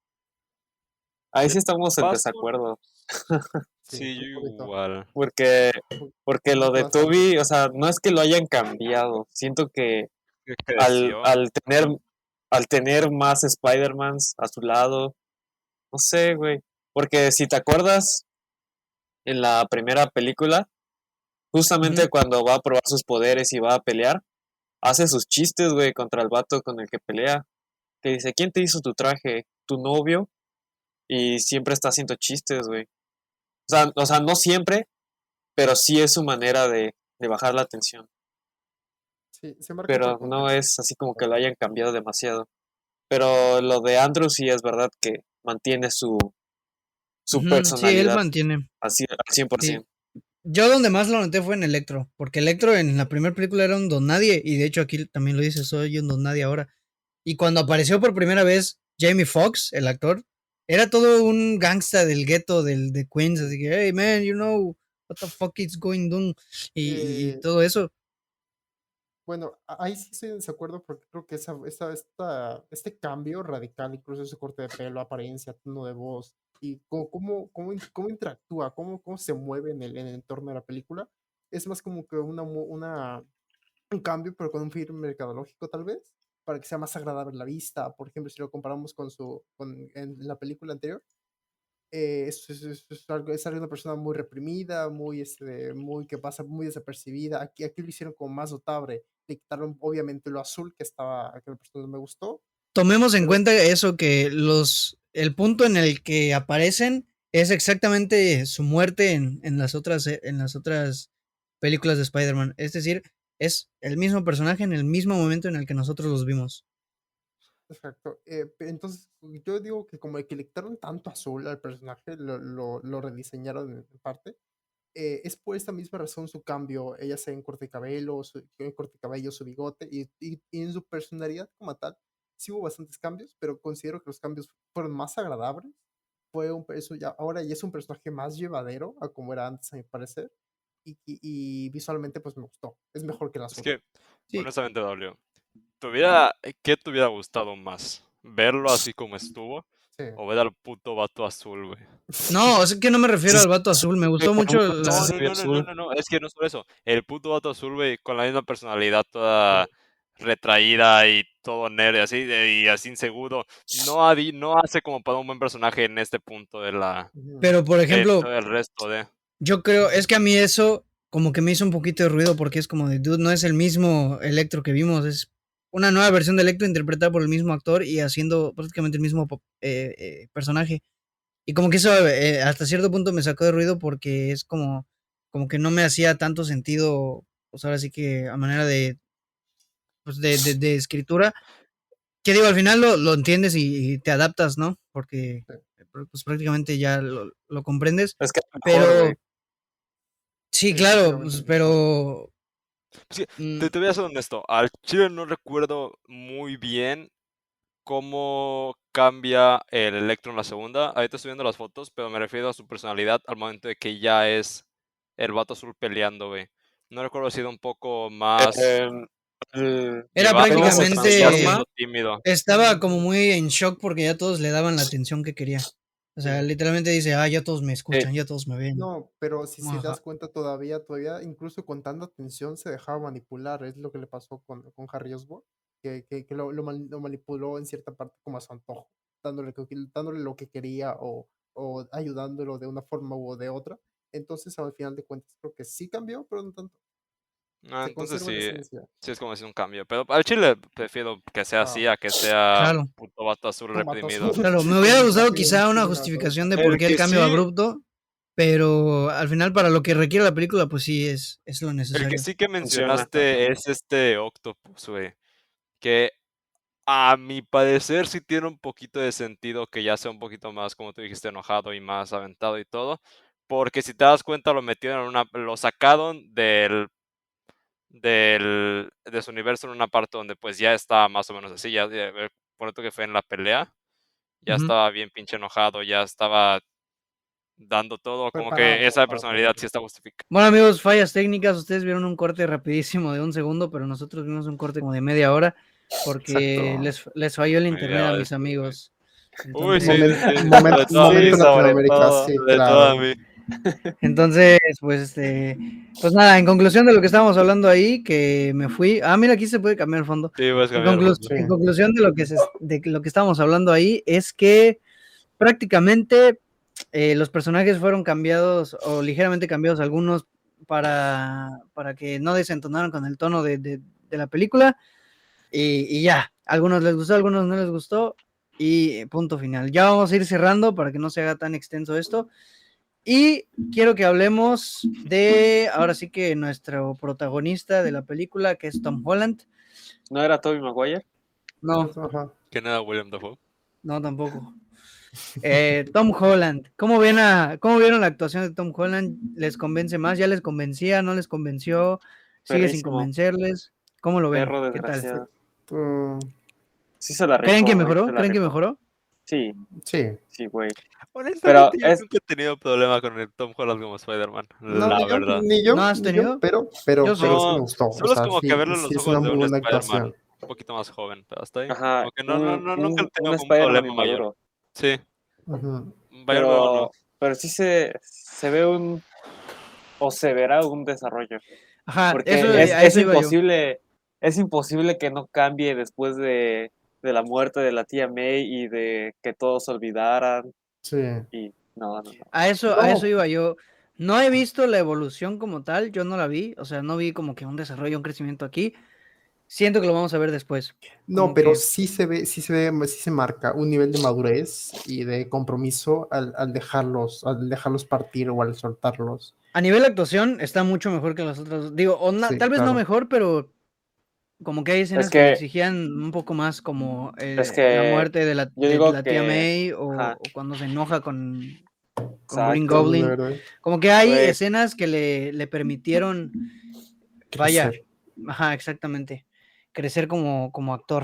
ahí sí estamos en Paso, desacuerdo. Sí, sí, yo un poquito. igual. Porque, Un porque lo poquito de más Toby, o sea, no es que lo hayan cambiado. Siento que Que al, creció. al tener, al tener más Spider-Mans a su lado, no sé, güey. Porque si te acuerdas, en la primera película, justamente Ujú. cuando va a probar sus poderes y va a pelear, hace sus chistes, güey, contra el vato con el que pelea. Que dice, ¿quién te hizo tu traje? ¿Tu novio? Y siempre está haciendo chistes, güey. O sea, o sea, no siempre, pero sí es su manera de, de bajar la tensión. Sí, se marca otro Pero no contexto. es así como que lo hayan cambiado demasiado. Pero lo de Andrew sí es verdad que mantiene su, su Ujú, sí, él personalidad mantiene. así, al cien por Sí. ciento. Yo donde más lo noté fue en Electro, porque Electro en la primera película era un don nadie, y de hecho aquí también lo dice, soy un don nadie ahora. Y cuando apareció por primera vez Jamie Foxx, el actor, era todo un gangsta del gueto del, de Queens, así que, hey man, you know, what the fuck is going on, y, y- y Eh, todo eso. bueno, a- ahí sí estoy en desacuerdo porque creo que esa, esa, esta, este cambio radical, incluso ese corte de pelo, apariencia, tono de voz y cómo, cómo, cómo, in- cómo interactúa, cómo, cómo se mueve en el, en el entorno de la película, es más como que una, mu- una, un cambio, pero con un fin mercadológico tal vez, para que sea más agradable a la vista. Por ejemplo, si lo comparamos con su, con, en la película anterior, eh, es, es, es, es algo, es algo de una persona muy reprimida, muy, este, muy que pasa muy desapercibida. Aquí, aquí lo hicieron como más notable. Le quitaron obviamente lo azul que estaba, que a la persona no me gustó, Tomemos en pero cuenta eso, que los, el punto en el que aparecen es exactamente su muerte en, en las otras, eh, en las otras películas de Spider-Man. Es decir, es el mismo personaje en el mismo momento en el que nosotros los vimos. exacto. Eh, pe- entonces, yo digo que como que le quitaron tanto azul al personaje, lo, lo, lo rediseñaron en parte. Eh, es por esta misma razón su cambio, ella sea en corte de cabello, su, en corte de cabello, su bigote y, y, y en su personalidad como tal. Sí hubo bastantes cambios, pero considero que los cambios fueron más agradables. Fue un, eso ya, ahora ya es un personaje más llevadero a como era antes, a mi parecer. Y, y, y visualmente, pues me gustó. Es mejor que el Es azul. que, Sí. honestamente, W, ¿te hubiera- ¿qué te hubiera gustado más? ¿Verlo así como estuvo? Sí. ¿O ver al puto vato azul, güey? No, es que no me refiero Sí, al vato azul. Me gustó por mucho mucho sí No, la. se no, vio no, no, no, azul. no, no, es que no solo eso. El puto vato azul, güey, con la misma personalidad toda retraída y todo nerd y así, de- y así inseguro, no, adi- no hace como para un buen personaje en este punto de la, Ujú. Pero, por de ejemplo, todo el resto de... yo creo, es que a mí eso como que me hizo un poquito de ruido porque es como de, dude, no es el mismo Electro que vimos, es una nueva versión de Electro interpretada por el mismo actor y haciendo prácticamente el mismo pop- eh, eh, personaje. Y como que eso eh, hasta cierto punto me sacó de ruido porque es como, como que no me hacía tanto sentido, pues ahora sí que a manera de, pues de, de, de escritura, que digo, al final lo, lo entiendes y, y te adaptas, ¿no? Porque Sí. pues prácticamente ya lo, lo comprendes, Es que es mejor, güey. pero sí, Sí, claro, pues, definitivamente. pero Sí, Mm, te, te voy a ser honesto, al chile no recuerdo muy bien cómo cambia el Electro en la segunda. Ahorita estoy viendo las fotos, pero me refiero a su personalidad al momento de que ya es el vato azul peleando, güey. No recuerdo si era un poco más Em, el- Era llevado ¿Cómo o se seguía prácticamente, transforma? siendo tímido. estaba como muy en shock porque ya todos le daban la atención que quería. O sea, Sí. literalmente dice, ah, ya todos me Sí. escuchan, ya todos me ven. No, pero si se Ajá. das cuenta todavía, todavía, incluso con tanta atención se dejaba manipular. Es lo que le pasó con, con Harry Osborn, que, que, que lo, lo mal- lo manipuló en cierta parte como a su antojo, dándole, lo que- dándole lo que quería o, o ayudándolo de una forma u de otra. Entonces, al final de cuentas, creo que sí cambió, pero no tanto. Ah, Se entonces conserva la sí, esencia. sí es como decir un cambio. Pero al chile prefiero que sea así Ah, a que sea Claro, puto vato azul un vato reprimido. azul claro. Me con hubiera un gustado traje y un quizá una y una cabeza. justificación de El por qué el que cambio sí, abrupto, pero al final para lo que requiere la película, pues sí es, es lo El que necesario. sí que funciona. mencionaste es este Octopus, güey. Que a mi parecer sí tiene un poquito de sentido que ya sea un poquito más, como tú dijiste, enojado y más aventado y todo. Porque si te das cuenta, lo metieron en una. Lo sacaron del. del de su universo en una parte donde pues ya estaba más o menos así. Ya, ya eh, por esto que fue en la pelea. Ya Ujú. estaba bien pinche enojado. Ya estaba dando todo. Como que Preparado esa para personalidad pelear. sí está justificada. Bueno, amigos, fallas técnicas. Ustedes vieron un corte rapidísimo de un segundo, pero nosotros vimos un corte como de media hora porque Exacto. les, les falló el internet Media a hora mis después, güey. amigos. Uy, sí, Entonces, sí, sí. Momento, Sobre todo a mí. Sí, momento sobre Latinoamérica, todo. sí, Sobre todo a claro. mí. entonces, pues, este, pues nada, en conclusión de lo que estábamos hablando ahí, que me fui. Ah, mira, aquí se puede cambiar el fondo. Sí, puedes En, cambiar el conclu- fondo. Sí. en conclusión de lo que se, de lo que estábamos hablando ahí es que prácticamente eh, los personajes fueron cambiados o ligeramente cambiados algunos para, para que no desentonaran con el tono de, de, de la película y, y ya, a algunos les gustó, a algunos no les gustó y punto final. Ya vamos a ir cerrando para que no se haga tan extenso esto y quiero que hablemos de, ahora sí que nuestro protagonista de la película que es Tom Holland. ¿No era Tobey Maguire? No, Ajá. ¿Quién era William Dafoe? no tampoco. Eh, Tom Holland, ¿cómo, ven a, ¿cómo vieron la actuación de Tom Holland? ¿Les convence más? ¿Ya les convencía? ¿No les convenció? ¿Sigue sin Perrísimo. convencerles? ¿Cómo lo ven? Perro ¿Qué tal? desgraciado. Mm, Sí se la ¿Creen que rifó, güey. mejoró? Se la ¿Creen que rifó. mejoró? Sí, sí. sí, güey. Pero Honestamente, yo es, nunca he tenido problema con el Tom Holland como Spider-Man, No, la ni yo, verdad. ni ¿No yo, has ni yo, tenido? pero, pero, Yo sí. pero sí me No, gustó. O solo es sea, como que sí, verlo en sí los es una ojos de muy un buena Spider-Man actuación. un poquito más joven, pero hasta ahí. ajá, Como que no, no, un, no, nunca he un, tenido un como un Spider-Man problema mayor. inmaduro. Sí, Ujú. mayor luego no. Pero, pero sí se, se ve un, o se verá un desarrollo. Ajá, Porque eso, es, a es eso iba yo. imposible, es imposible que no cambie después de, de la muerte de la tía May y de que todos se olvidaran. Sí. Y no, no, no. A eso, a eso No, iba yo. No he visto la evolución como tal, yo no la vi, o sea, no vi como que un desarrollo, un crecimiento aquí. Siento que lo vamos a ver después. no, Como pero que sí se ve, sí se ve, sí se marca un nivel de madurez y de compromiso al, al dejarlos, al dejarlos partir o al soltarlos. a nivel de actuación está mucho mejor que los otros. Digo, o na- Sí, tal vez no claro. mejor, pero como que hay Es escenas que le que, exigían un poco más, como es eh, la que muerte de la, yo de digo la tía que, May o, ajá, o cuando se enoja con, con Green exacto, Con Duende Goblin. Verde. Como que hay güey. escenas que le, le permitieron, vaya, Crecer. ajá, exactamente, crecer como, como actor.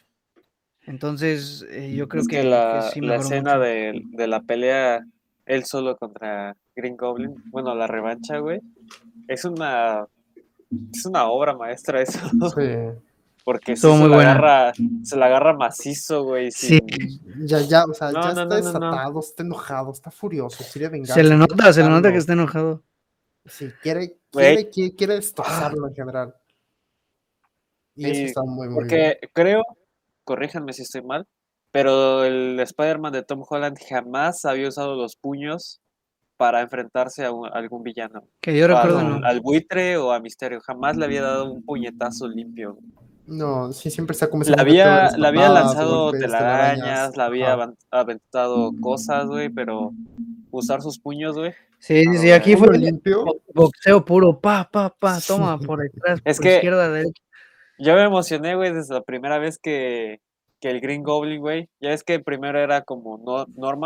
Entonces, eh, yo creo Es que que, que la, sí la mejoró escena mucho. de, de la pelea, él solo contra Green Goblin, bueno, la revancha, güey, es una, es una obra maestra eso. Sí. Porque sí Estuvo se muy la buena. agarra, se la agarra macizo, güey, Sí, sin... Ya, ya, o sea, No, ya no, está no, no, no. desatado, está enojado, está furioso, quiere se venganza, le quiere nota, se le nota que matarlo. está enojado. Sí, quiere, Güey, quiere, quiere, quiere destrozarlo en general. Y eso y está muy, muy bien. porque creo, corríjanme si estoy mal, pero el Spider-Man de Tom Holland jamás había usado los puños para enfrentarse a, un- a algún villano. Que yo O al, recuerdo, No, no. al buitre o a Misterio. Jamás le había dado un puñetazo limpio. no, sí, siempre está como ese Le momento de había, las le había patadas, lanzado golpes, telarañas. telarañas, le había Ajá. avan- aventado cosas, güey, pero usar sus puños, güey, Sí, no sí, lo sí, había aquí hecho. fue Puño limpio. bo- boxeo puro, pa, pa, pa, Sí. toma, por detrás, Es por que izquierda, derecha. yo me emocioné, güey, desde la primera vez que, que el Green Goblin, güey, ya es que primero era como no, Norman,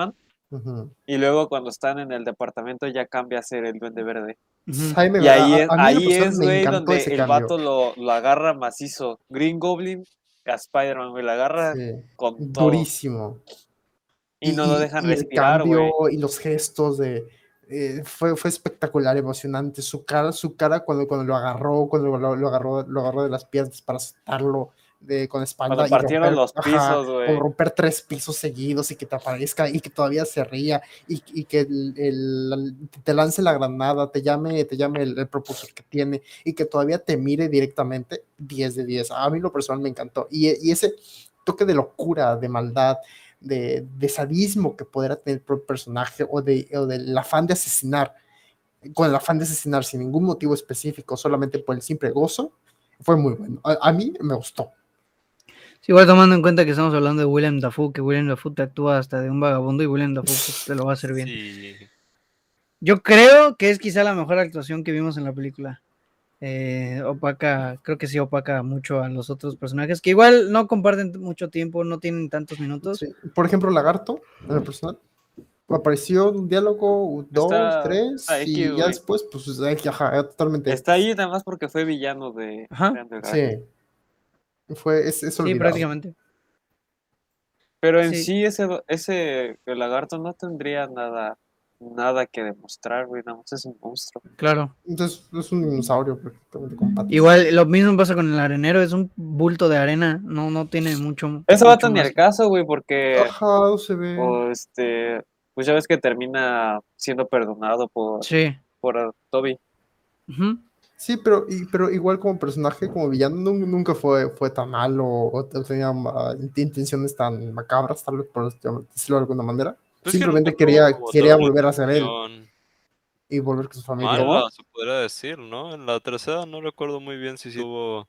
Ujú. Y luego cuando están en el departamento ya cambia a ser el Duende Verde. Ujú. Ay, me- Y a, ahí a- es, a mí en lo ahí personal es, me güey, encantó donde ese el cambio. vato lo, lo agarra macizo. Green Goblin a Spider-Man, güey, lo agarra Sí, con todo. durísimo. Y Y, no lo y- dejan y el respirar, cambio güey. y los gestos de eh, fue, fue espectacular, emocionante. Su cara, su cara cuando, cuando lo agarró, cuando lo, lo agarró, lo agarró de las piernas para soltarlo de, con espalda Cuando y partieron romper, los ajá, pisos, como güey. romper tres pisos seguidos y que te aparezca y que todavía se ría y, y que el, el- te lance la granada, te llame, te llame el, el propulsor que tiene y que todavía te mire directamente, diez de diez. A mí lo personal me encantó. Y, y ese toque de locura, de maldad, de, de sadismo que pudiera tener el propio personaje o, de, o del afán de asesinar, con el afán de asesinar sin ningún motivo específico, solamente por el simple gozo, fue muy bueno. A, a mí me gustó. Sí, igual tomando en cuenta que estamos hablando de William Dafoe, que William Dafoe te actúa hasta de un vagabundo y William Dafoe pues, te lo va a hacer bien. Sí. Yo creo que es quizá la mejor actuación que vimos en la película. Eh, opaca, creo que sí opaca mucho a los otros personajes, que igual no comparten mucho tiempo, no tienen tantos minutos. Sí. Por ejemplo, Lagarto, en el personal, apareció un diálogo, dos, Está, tres, está y X, ya güey. después, pues, ajá, era totalmente. Está ahí nada más porque fue villano de, Ajá. de Andrew Garfield. Sí. Fue, es, es Sí, olvidado. prácticamente. Pero en Sí. sí, ese, ese el lagarto no tendría nada, nada que demostrar, güey. Nada más es un monstruo. Claro. Entonces, es un dinosaurio prácticamente con patas. Igual lo mismo pasa con el arenero, es un bulto de arena, no, no tiene mucho. Ese mucho vato ni más. al caso, güey, porque Ajá, no se ve. o este, pues ya ves que termina siendo perdonado por, Sí. por Toby. Ujú. Sí, pero, y, pero igual como personaje, como villano, nun- nunca fue, fue tan malo o t- tenía uh, intenciones tan macabras, tal vez por decirlo de alguna manera. Pues que Simplemente nunca tuvo quería, como quería tal una volver a ser él intención y volver con su familia. ¿Cómo? mala, se podría decir, ¿no? En la tercera no recuerdo muy bien si sí tuvo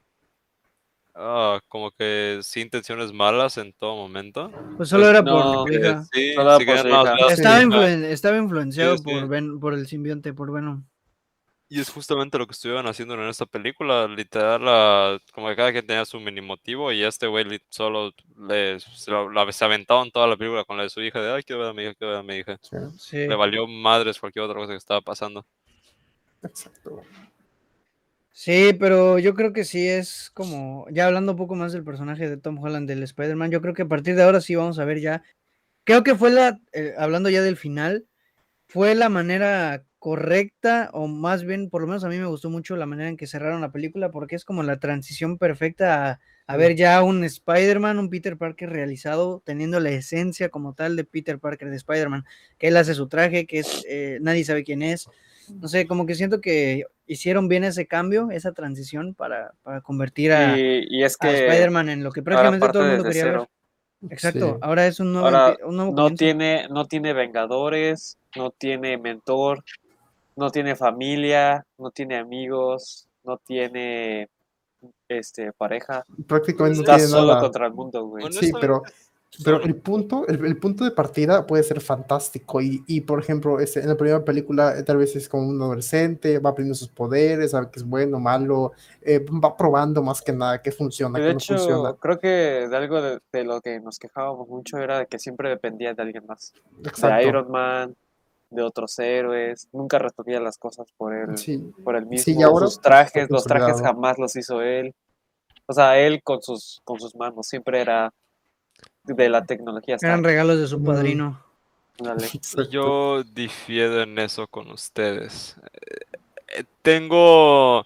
ah, como que sí intenciones malas en todo momento. Pues solo Pues era por No, su que hija. sí, solo era sí por que su nada más hija. veas a su Estaba, Sí. hija. influen- estaba influenciado Sí, por, sí. Ven- por el simbionte, por Venom. Y es justamente lo que estuvieron haciendo en esta película, literal, la- como que cada quien tenía su mini motivo y este güey lit- solo le, se, lo- la- se aventaron toda la película con la de su hija, de, ay, quiero ver a mi hija, quiero ver a mi hija. Sí, Sí. Le valió madres cualquier otra cosa que estaba pasando. exacto. Sí, pero yo creo que sí es como, ya hablando un poco más del personaje de Tom Holland, del Spider-Man, yo creo que a partir de ahora sí vamos a ver ya, creo que fue la, eh, hablando ya del final, fue la manera correcta, o más bien, por lo menos a mí me gustó mucho la manera en que cerraron la película, porque es como la transición perfecta a, a Sí. ver ya un Spider-Man, un Peter Parker realizado, teniendo la esencia como tal de Peter Parker, de Spider-Man, que él hace su traje, que es, eh, nadie sabe quién es, no sé, como que siento que hicieron bien ese cambio, esa transición para, para convertir a, Y, y es a que Spider-Man en lo que ahora prácticamente todo parte el mundo desde quería ver. cero. Exacto, Sí. ahora es un nuevo, Ahora empie- un nuevo no comienzo. tiene, no tiene vengadores, no tiene mentor, no tiene familia, no tiene amigos, no tiene este pareja. Prácticamente no Está tiene solo nada. contra el mundo, güey. Sí, pero, Honestamente, pero solo. el punto, el, el punto de partida puede ser fantástico. Y, y por ejemplo, este, en la primera película eh, tal vez es como un adolescente, va aprendiendo sus poderes, sabe que es bueno, malo, eh, va probando más que nada qué funciona, Y qué de no funciona. hecho, creo que de algo de, de lo que nos quejábamos mucho era de que siempre dependía de alguien más. De Exacto. Iron Man, de otros héroes. Nunca resolvía las cosas por él, Sí, por él sí, mismo. y ahora Sus pues, está trajes, los trajes consolidado. jamás los hizo él. O sea, él con sus, con sus manos. Siempre era de la tecnología Eran Stark. regalos de su Mm, padrino. Dale. exacto. Yo difiero en eso con ustedes. Eh, tengo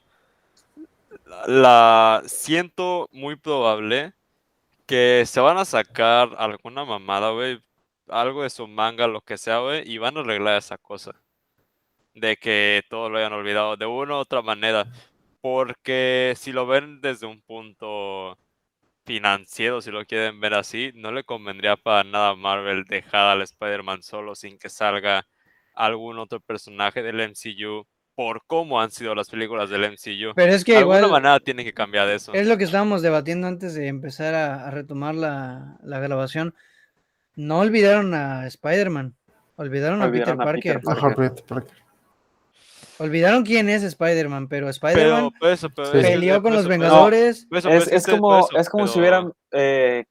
la siento muy probable que se van a sacar alguna mamada, güey, algo de su manga, lo que sea, güey, y van a arreglar esa cosa. De que todo lo hayan olvidado de una u otra manera. Porque si lo ven desde un punto financiero, si lo quieren ver así, no le convendría para nada a Marvel dejar al Spider-Man solo sin que salga algún otro personaje del M C U por cómo han sido las películas del M C U. Pero es que De alguna igual manera tienen que cambiar eso. es lo que estábamos debatiendo antes de empezar a, a retomar la, la grabación. No olvidaron a Spider-Man, olvidaron a Peter Olvidaron a Peter Parker, Ajá, Parker. pero- pero- olvidaron quién es Spider-Man, pero Pero, Spider-Man por eso, pero Sí. es que- peleó por con los eso, por eso, Vengadores. por eso, Es, pues, es que- por como, eso, es como si pero- hubieran eh,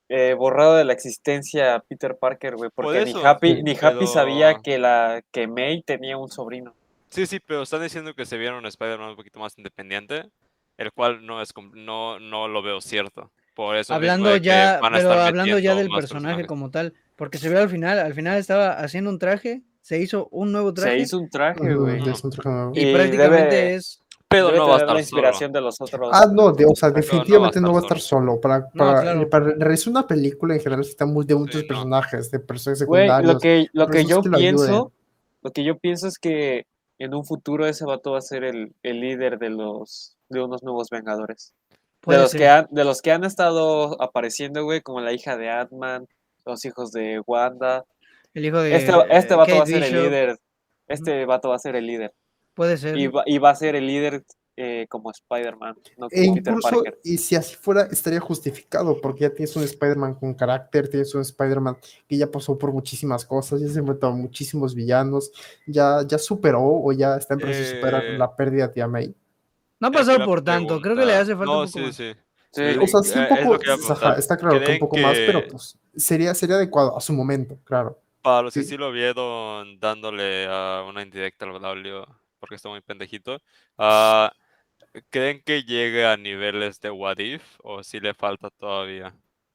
eh, borrado de la existencia a Peter Parker, güey, Por porque ni eso, Happy, ni Happy pero... sabía que la que May tenía un sobrino. Sí, sí, pero están diciendo que se viera un Spider-Man un poquito más independiente, el cual no es com- no, no lo veo cierto. Por eso mismo Hablando de que ya, van a pero estar hablando ya metiendo del más personaje personajes. como tal, porque se vio al final, al final estaba haciendo un traje, se hizo un nuevo Se traje hizo un traje, Ujú, güey. ya es un traje nuevo. y Y prácticamente debe, es, Pero debe no va a tener la estar solo. inspiración de los otros. Ah, no, de- o sea, Pero no va a definitivamente no estar va a estar solo. Para, no, para, claro, para realizar una película en general necesitamos de muchos Sí, no. personajes, de personajes Güey, lo secundarios, que, de lo que personas yo que lo ayuden. pienso, lo que yo pienso es que en un futuro ese vato va a ser el, el líder de los, de unos nuevos Vengadores. De puede los que ser. han, de los que han estado apareciendo, güey, como la hija de Ant-Man, los hijos de Wanda. El hijo Este, de este eh, vato va Kate a ser el Bishop, líder. ujú, Este vato va a ser el líder. puede Y ser. va, y va a ser el líder eh, como Spider-Man, no E como Peter incluso, Parker. y si así fuera, estaría justificado, porque ya tienes un Spider-Man con carácter, tienes un Spider-Man que ya pasó por muchísimas cosas, ya se enfrentó a muchísimos villanos, ya, ya superó o ya está en proceso de superar Eh, la pérdida de May. No ha aquí pasado la por tanto, creo que le pregunta. hace falta un No, poco sí, más. sí. Sí, Le- O sea, sí un eh, es lo poco, que iba a ajá, preguntar. está claro que un ¿Creen poco más, pero que pues sería, sería adecuado a su momento, claro. para los que Sí. sí lo vieron dándole a una indirecta al W, porque está muy pendejito, ah, ¿creen que llegue a niveles de What If o si le falta todavía?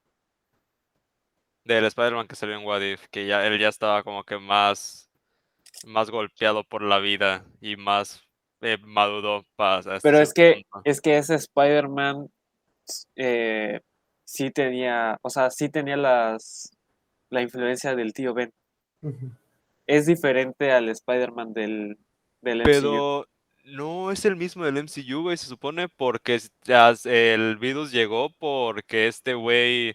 Del Spider-Man que salió en What If, que ya él ya estaba como que más, más golpeado por la vida y más eh, maduro para hasta pero es cierto que, punto. es que ese Spider-Man eh, sí tenía, o sea, sí tenía las, la influencia del tío Ben. Ujú. Es diferente al Spider-Man del, del M C U. Pero no es el mismo del M C U, güey, se supone, porque es- ya s- el virus llegó porque este güey,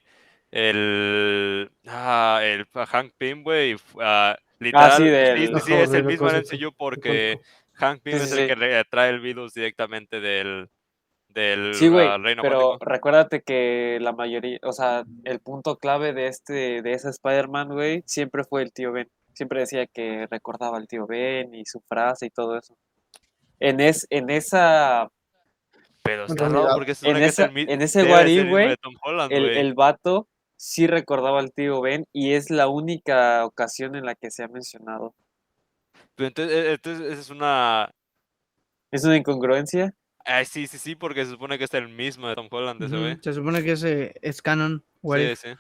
el, ah, el Hank Pym, güey, f- ah, Ah, sí, literal, sí, sí, del... sí, Ajá, es de el la mismo del cosa que- M C U porque icónico. Hank Sí, Pym sí, es el sí. que le trae el virus directamente del, Sí, del güey, ah, reino pero cuántico. recuérdate que la mayoría, o sea, el punto clave de este, de ese Spider-Man, güey, siempre fue el tío Ben. Siempre decía que recordaba al tío Ben y su frase y todo eso. En es, en esa, Pero En está raro realidad, porque se en supone que es el esa, mi- en ese debe What de If, ser el mismo güey, de Tom Holland, el, güey. el vato sí recordaba al tío Ben y es la única ocasión en la que se ha mencionado. Pero entonces, eh, entonces esa es una... ¿Es una incongruencia? Ay, sí, sí, sí, porque se supone que es el mismo de Tom Holland, ese güey. Ujú, se supone que ese es canon, What Sí, If. sí.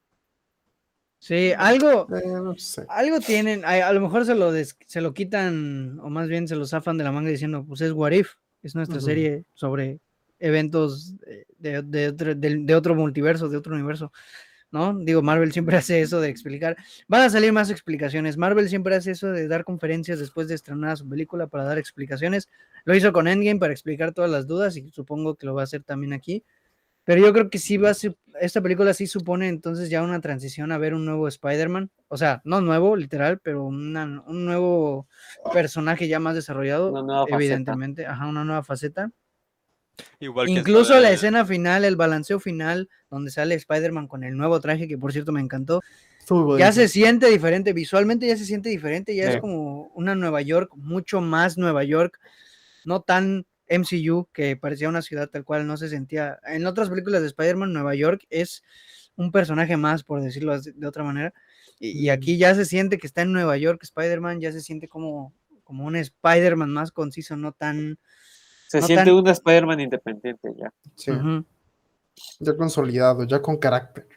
Sí, algo, eh, no sé. algo tienen, a, a lo mejor se lo, des- se lo quitan, o más bien se lo zafan de la manga diciendo, pues es What If, es nuestra Ujú. serie sobre eventos eh, de, de otro, del- de otro multiverso, de otro universo, ¿no? Digo, Marvel siempre hace eso de explicar. Van a salir más explicaciones. Marvel siempre hace eso de dar conferencias después de estrenar su película para dar explicaciones. Lo hizo con Endgame para explicar todas las dudas y supongo que lo va a hacer también aquí. Pero yo creo que sí va a ser, esta película sí supone entonces ya una transición a ver un nuevo Spider-Man. O sea, no nuevo, literal, pero una- un nuevo personaje ya más desarrollado, Una nueva faceta. evidentemente. Ajá, una nueva faceta. Igual quién Incluso la sabe. escena final, el balanceo final, donde sale Spider-Man con el nuevo traje, que por cierto me encantó, Estuvo ya bonito. se siente diferente, visualmente ya se siente diferente, ya Sí. es como una Nueva York, mucho más Nueva York, no tan M C U, que parecía una ciudad tal cual, no se sentía. En otras películas de Spider-Man, Nueva York es un personaje más, por decirlo así- de otra manera, y, y Mm. aquí ya se siente que está en Nueva York Spider-Man, ya se siente como, como un Spider-Man más conciso, no tan... Se no siente tan un Spider-Man independiente ya. Sí, ujú. ya consolidado, ya con carácter.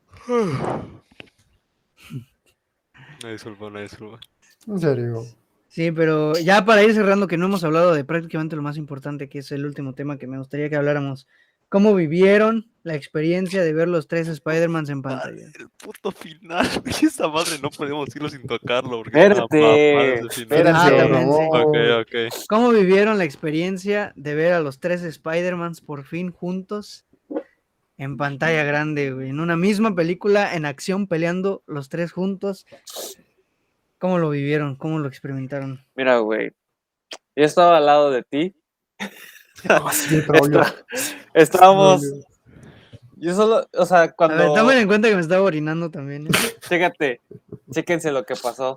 Una disculpa, una disculpa. En serio. Sí, pero ya para ir cerrando, que no hemos hablado de prácticamente lo más importante, que es el último tema que me gustaría que habláramos. ¿Cómo vivieron la experiencia de ver los tres Spider-Mans en pantalla? El puto final, güey, esa madre no podemos irlo sin tocarlo porque es una Espérate, mamada ese final. espérate. Ah, también, sí. Ok, Ramón. ok. ¿Cómo vivieron la experiencia de ver a los tres Spider-Mans por fin juntos en pantalla grande, güey? En una misma película, en acción, peleando los tres juntos. ¿Cómo lo vivieron? ¿Cómo lo experimentaron? Mira, güey, yo estaba al lado de ti. Ah, sí, el Braulio. Está- estábamos, Braulio. yo solo, o sea, A ver, cuando, tomen en cuenta que me estaba orinando también, ¿eh? chécate, chéquense lo que pasó.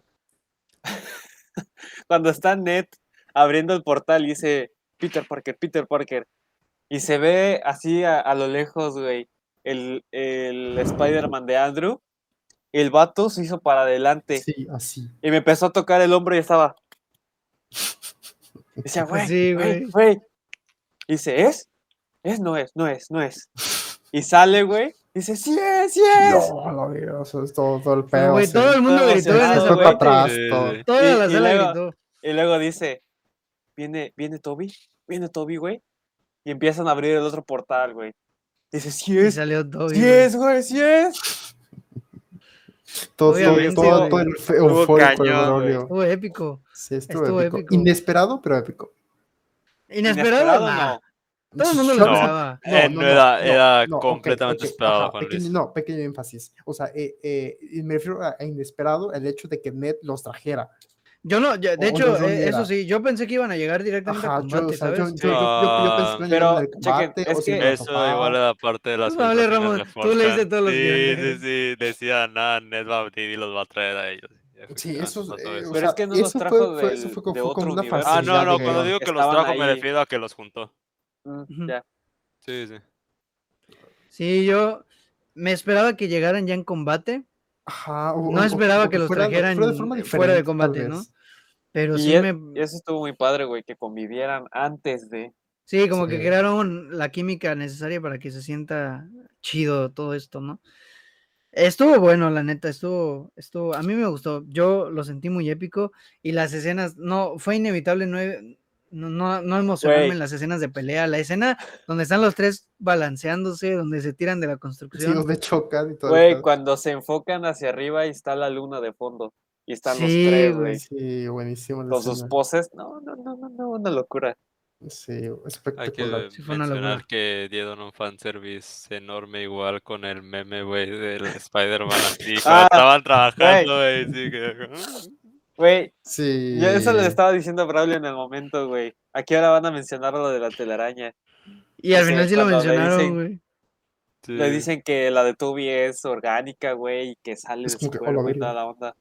Cuando está Ned abriendo el portal y dice Peter Parker, Peter Parker, y se ve así a, a lo lejos, güey, el, el Spider-Man de Andrew, el vato se hizo para adelante Sí, así. y me empezó a tocar el hombro y estaba. Decía, güey, Sí, güey, güey. güey. Y dice, ¿es? Es, no es, no es, no es. Y sale, güey. Dice, sí es, sí es. No, la vida, o sea, es todo, todo el Pero, pedo. güey, sí. todo el mundo Todo gritó en emocionado, esa Se fue para parte. atrás, Sí, todo. sí. Toda Y- la y sala luego- gritó. Y luego dice, viene, viene Toby, viene Toby, güey. Y empiezan a abrir el otro portal, güey. Dice, sí Y es, salió Toby, sí güey. es, güey, sí es. Todo, todo, Obviamente, todo, güey. todo el fe- Estuvo eufórico, el cañón, güey. brolio. Estuvo épico. Sí, estuvo, Estuvo épico. épico. Inesperado, pero épico. Inesperado, Inesperado, nah. no. Todo el mundo lo Son- No, esperaba. eh, no era- era completamente ok, esperado, ajá, Juan pequeño, Luis. no, pequeño énfasis. O sea, eh, eh, y me refiero a, a inesperado el hecho de que Ned los trajera. Yo no, ya- de O- o hecho, los eh, eso reuniera. sí, yo pensé que iban a llegar directamente Ajá, a yo, o combate, sea, yo, ¿sabes? yo, yo, yo, yo pensé que iban a Pero, llegar en el chequen, combate es o se que- iban a Eso topar. igual era parte de las Pues vale, filtraciones Ramón, de tú leíste Forchan. todos los Sí, guiones. sí, sí, decían, nada, Ned va a venir y los va a traer a ellos. Y Sí, efectivamente eso, pasó eh, eso. o Pero sea, es que no los eso trajo fue, fue, del- eso fue, como- de fue otro como una universo. Ah, facilidad no, no, de cuando guión. digo que los Estaban trajo me ahí. refiero a que los juntó. Mm, Ujú. ya. Sí, sí. Sí, yo me esperaba que llegaran ya en combate, Ajá, o, no o- o- esperaba o que los fuera, trajeran fuera de forma fuera de diferente, tal combate, ¿no? vez. pero Y, sí e- me... y eso estuvo muy padre, güey, que convivieran antes de. Sí, como que Sí. crearon la química necesaria para que se sienta chido todo esto, ¿no? Estuvo bueno, la neta, estuvo, estuvo, a mí me gustó, yo lo sentí muy épico y las escenas, no, fue inevitable no, no, no, no emocionarme Güey. en las escenas de pelea, la escena donde están los tres balanceándose, donde se tiran de la Sí, construcción, donde chocan y todo el Güey, pedo. cuando se enfocan hacia arriba y está la luna de fondo. Y están los Sí, tres, güey. güey. Sí, buenísimo la Con sus escena. poses. No, no, no, no, no, una locura. Sí, Hay espectacular. que Sí, fue una mencionar locura. que dieron un fanservice enorme igual con el meme, güey, del Spider-Man así, cuando Ah, estaban trabajando, güey, sí, que... Güey, Sí. yo eso le estaba diciendo a Braulio en el momento, güey. Aquí ahora van a mencionar lo de la telaraña. Y al Dice, final sí lo cuando le mencionaron, dicen- güey. Sí. Le dicen que la de Toby es orgánica, güey, y que sale Es de como su que, cuerpo hola, y verga. toda la onda.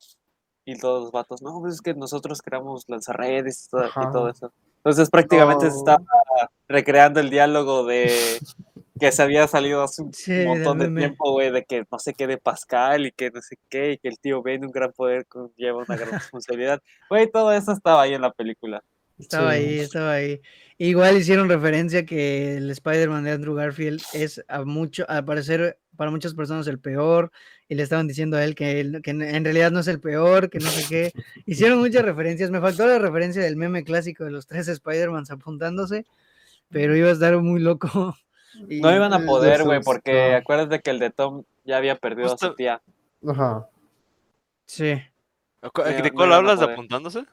Y todos los vatos, no, pues es que nosotros creamos lanzarredes y todo, y Ajá. todo eso. Entonces prácticamente se No. estaba recreando el diálogo de que se había salido hace un Sí, del montón de meme. tiempo, güey, de que no sé qué de Pascal y que no sé qué, y que el tío Ben, un gran poder conlleva una gran responsabilidad. Güey, todo eso estaba ahí en la película. Estaba Sí. ahí, estaba ahí. Igual hicieron referencia que el Spider-Man de Andrew Garfield es a mucho, al parecer para muchas personas el peor, y le estaban diciendo a él que, él- que en en realidad no es el peor, que no sé qué. Hicieron muchas referencias. Me faltó la referencia del meme clásico de los tres Spider-Mans apuntándose, pero iba a estar muy loco. Y, No iban a Eh, poder, eso güey, es- porque no. acuérdate que el de Tom ya había perdido a su Justo- tía. Ajá. sí. No, ¿De no cuál iban a hablas de poder. apuntándose?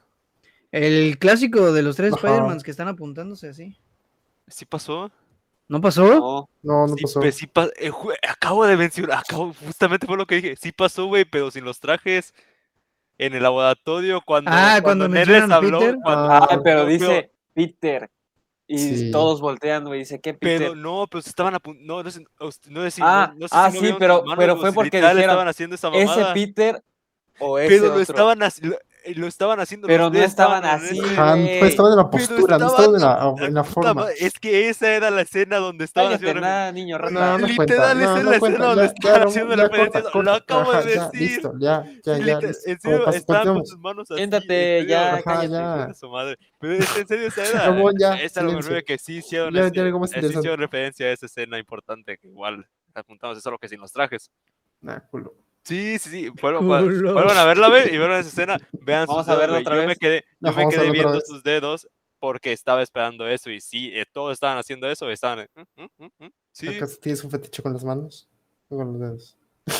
El clásico de los tres Ajá. Spider-Mans que están apuntándose así. ¿Sí pasó? ¿No pasó? No, No, no Sí, pasó. pues, sí pa- eh, jue- acabo de mencionar, acabo, justamente fue lo que dije, sí pasó, güey, pero sin los trajes en el laboratorio cuando, Ah, cuando Ned les mencionan a habló, Peter. cuando, Ah, ah, pero no, dice Peter. Y Sí. todos voltean, güey, dice, ¿qué Peter? pero no, pero se estaban apuntando, no, no sé, os- no sé si, Ah, no, no sé ah, si no sí, vieron pero- sus manos, pero güey, fue si porque literal dijeron, estaban haciendo esa ¿ese mamada, Peter o ese pero lo otro? estaban, haci- lo, eh, lo estaban haciendo Pero los no tres, estaban en así, ese- Ajá, güey. pues estaban en la pero postura, no estaban en la, estaban- en la puta forma. madre, es que esa era la escena donde estaban Cállate, haciendo nada, niño No, rata. no cuenta. literal, No, esa es no la cuenta. escena donde Ya, estaban ya, haciendo ya, referencias. corta, Lo corta. acabo Ajá, de ya, decir. listo, ya, ya, Sí, ya, liter- listo. en Como serio, pas- estaban con continuamos. sus manos así. Siéntate, en serio, ya, Ajá, cállate. ya. hijo de su madre. Pero es en serio esa era. Ramón, ya, Esa es lo que me silencio. refiero, que sí hicieron, Ya, ese- ya algo más sí interesante. hicieron referencia a esa escena importante, que igual apuntamos, es solo que sin los trajes. Nah, culo. Sí, sí, sí. Vuelvan, Culo. vuelvan a verla, ve, y vean esa escena. Vean Vamos sus a dedos, verla güey. otra Yo me vez. quedé, yo Ajá, me vamos a quedé verla otra viendo vez. sus dedos porque estaba esperando eso. Y sí, eh, todos estaban haciendo eso. Y estaban. "Mm, mm, mm, mm". Sí. ¿Acaso tienes un fetiche con las manos? O con los dedos.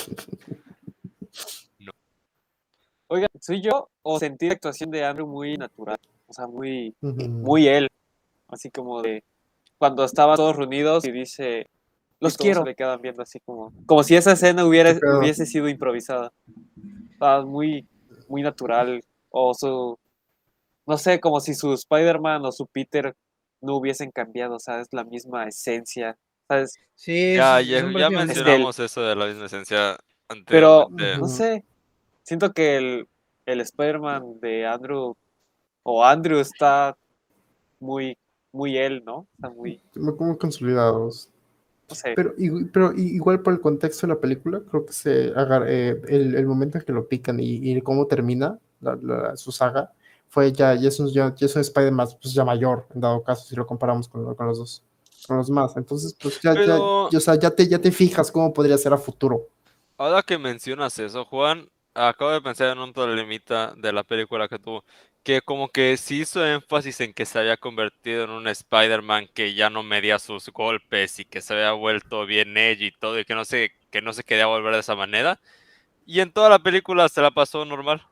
Oiga, ¿soy yo o sentí la actuación de Andrew muy natural? O sea, muy, Ujú. muy él. Así como de cuando estaban todos reunidos y dice, los quiero. Se le quedan viendo así como, como si esa escena hubiera, ¿Qué pedo? hubiese sido improvisada. Estaba muy, muy natural. O su, no sé, como si su Spider-Man o su Peter no hubiesen cambiado. O sea, es la misma esencia. ¿Sabes? Sí, Ya, es- ya, son ya prácticamente- mencionamos eso de la misma esencia Pero, anteriormente. no Ujú. sé. Siento que el, el Spider-Man de Andrew o Andrew está muy, muy él, ¿no? Está muy. Muy como consolidados. No sé. Pero, i- pero i- igual por el contexto de la película, creo que se agar- eh, el, el momento en que lo pican y, y cómo termina la- la- su saga, fue ya, ya es un, ya, ya es un Spider-Man pues, ya mayor, en dado caso, si lo comparamos con, con los dos, con los más. Entonces, pues ya, ya, Pero ya, o sea, ya te, ya te fijas cómo podría ser a futuro. ahora que mencionas eso, Juan, acabo de pensar en un problemita de la película que tuvo, que como que sí hizo énfasis en que se había convertido en un Spider-Man que ya no medía sus golpes y que se había vuelto bien edgy y todo, y que no se, que no se quería volver de esa manera. Y en toda la película se la pasó normal.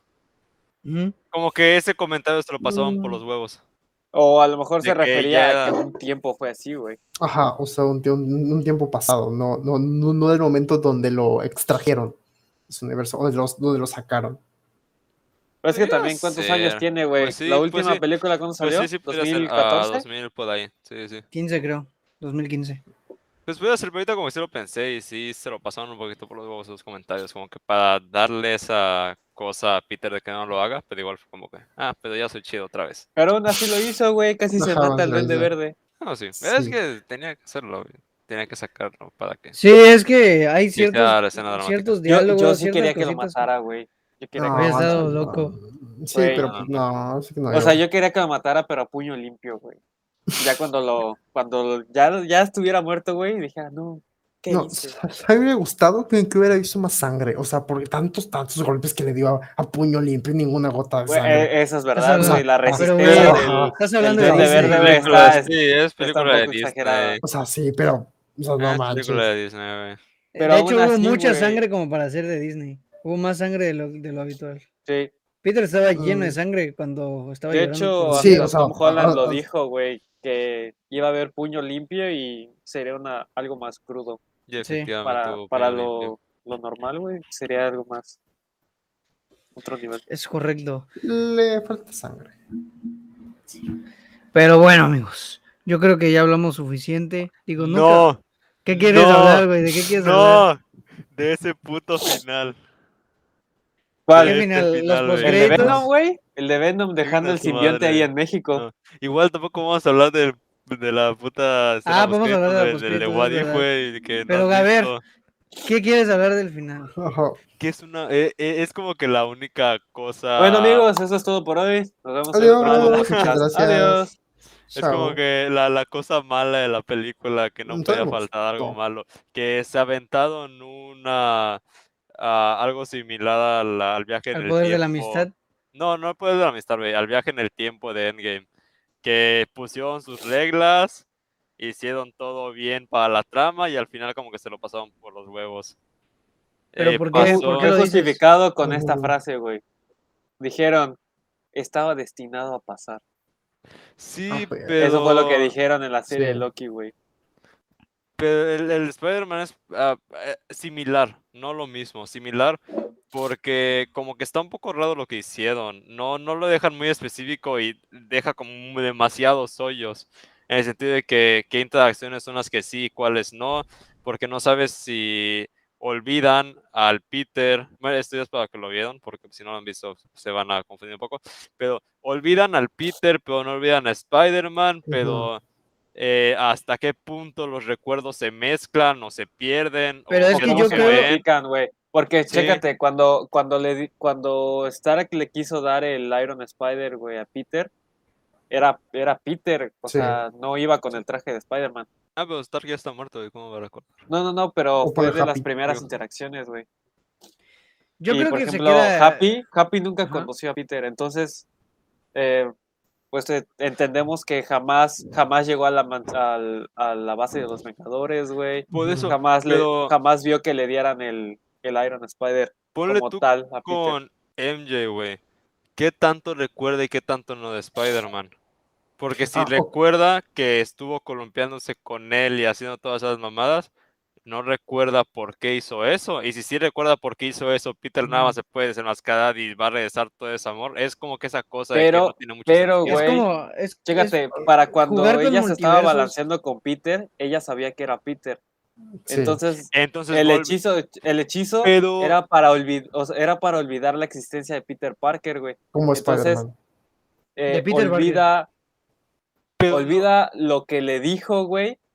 Ujú. Como que ese comentario se lo pasaban por Mm, los huevos. O a lo mejor De se que refería a ya que un tiempo fue así, güey. Ajá, o sea, un, tie- un- un tiempo pasado, no, no, no, no del momento donde lo extrajeron de su universo, donde, los, donde lo sacaron. Pero es que podría también, ¿cuántos años ser. tiene, Pues güey? La sí, pues última sí. película, ¿cuándo Pues sí, salió? sí podría ser. A ¿dos mil catorce? dos mil por ahí. Sí, sí. quince creo, dos mil quince. Pues voy a ser ahorita como que sí lo pensé y sí se lo pasaron un poquito por los huevos sus comentarios, como que para darle esa cosa a Peter de que no lo haga, pero igual fue como que, ah, pero ya soy chido otra vez. Pero aún así lo hizo, güey. Casi se Ajá, mata el lo Duende hizo. Verde. No, sí, es Sí. que tenía que hacerlo, güey, tenía que sacarlo para que Sí, es que hay sí sea ciertos, la escena dramática. ciertos Yo, diálogos, yo sí ciertas quería que lo cositas. matara, güey. Yo quería que No, lo Había matara. estado no, loco. Sí, Güey. pero No, pues no. no, sí que no. O sea, yo- yo quería que lo matara, pero a puño limpio, güey. Ya cuando lo, cuando ya, ya estuviera muerto, güey, dije, ah, no, ¿qué No, hice? a mí me hubiera gustado que, que hubiera visto más sangre, o sea, porque tantos, tantos golpes que le dio a, a puño limpio y ninguna gota de Güey, sangre. eh, eso es Estás verdad, hablando- güey. La o sea, pero, resistencia güey, del, estás del hablando de Duende Disney. Verde, güey, Película, está, sí, es está un película de poco exagerada. Disney. O sea, sí, pero, o sea, no Es película manches. de Disney, güey. Pero De aún hecho, hubo así, mucha güey. sangre como para ser de Disney. Hubo más sangre de lo, de lo habitual. Sí. Peter estaba lleno de Mm, sangre cuando estaba De llorando por hecho, los sí, hasta o hielos. sea, Tom a- Holland lo a- dijo, güey, que iba a haber puño limpio y sería una, algo más crudo. Y Sí. efectivamente Para, hubo para puño limpio. lo, lo normal, güey, sería algo más, otro nivel. Es correcto. le falta sangre. Pero bueno, amigos, yo creo que ya hablamos suficiente. Digo, nunca. No, ¿Qué quieres no, hablar, güey? ¿De qué quieres hablar? no, de ese puto final. ¿Cuál? ¿Qué De este final? ¿Los final, güey. ¿El de Venom, postcréditos? güey? El de Venom dejando Chinga el tu simbionte ahí madre. en México. No. Igual tampoco vamos a hablar del, de la puta escena Ah, vamos a hablar de la postcréditos, del de postcréditos, What es If, verdad. güey, que no Pero, has a ver, visto. ¿qué quieres hablar del final? Ajá. Que es una, e- e- es como que la única cosa. Bueno, amigos, eso es todo por hoy. Nos vemos en el Adiós, próximo muchas podcast. gracias. Adiós. Es como Chao. que la, la cosa mala de la película, que no Mm, podía todavía me faltar algo gustó. malo, que se ha aventado en una, ah, algo similar a la- al viaje en Al el poder de la tiempo. amistad. No, no el poder de la amistad, güey, al viaje en el tiempo de Endgame, que pusieron sus reglas, hicieron todo bien para la trama y al final como que se lo pasaron por los huevos. Pero Eh, ¿por qué? Fue, ¿Por pasó, qué fue lo dices? justificado con esta Mm. frase, güey. Dijeron, estaba destinado a pasar. sí, Ah, pues, pero... Eso fue lo que dijeron en la serie de Sí. Loki, güey. Pero el, el Spider-Man es ah, eh, similar, no lo mismo, similar, porque como que está un poco raro lo que hicieron. No, no lo dejan muy específico y deja como muy- demasiados hoyos. En el sentido de que qué interacciones son las que sí y cuáles no, porque no sabes si olvidan al Peter. Bueno, esto ya es para que lo vieron, porque si no lo han visto se van a confundir un poco. Pero olvidan al Peter, pero no olvidan a Spider-Man, pero eh, hasta qué punto los recuerdos se mezclan o se pierden Pero o es O que cómo yo se creo- modifican, güey. Porque, Sí. chécate, cuando, cuando, le, di- cuando Stark le quiso dar el Iron Spider, güey, a Peter, era, era Peter, o Sí. sea, no iba con el traje de Spider-Man. Ah, pero Stark ya está muerto, ¿y cómo va a recordar? No, no, no, pero O por fue el de las Happy, primeras digo. interacciones, güey. Yo Y, creo por que ejemplo, se queda. Happy, Happy nunca Ajá. conoció a Peter, entonces, eh, pues eh, entendemos que jamás, jamás llegó a la, man- al- a la base de los Vengadores, güey. Por eso, Jamás, le, pero jamás vio que le dieran el, el Iron Spider ponle como tú tal a Peter. con M J, güey. ¿Qué tanto recuerda y qué tanto no de Spider-Man? Porque si Ah, ok. recuerda que estuvo columpiándose con él y haciendo todas esas mamadas, no recuerda por qué hizo eso. Y si sí recuerda por qué hizo eso, Peter nada más se puede desenmascarar y va a regresar todo ese amor. Es como que esa cosa de que no Pero, tiene mucho pero, sentido. Es güey, como. Es, chécate, es- para cuando jugar con ella se estaba multiversos. balanceando con Peter, ella sabía que era Peter. Sí. Entonces, Entonces, el volve- hechizo, el hechizo Pero- era para olvid- o sea, era para olvidar la existencia de Peter Parker, güey. Como Entonces, Spider-Man. Eh, De Peter olvida, pero no- olvida lo que le dijo, güey,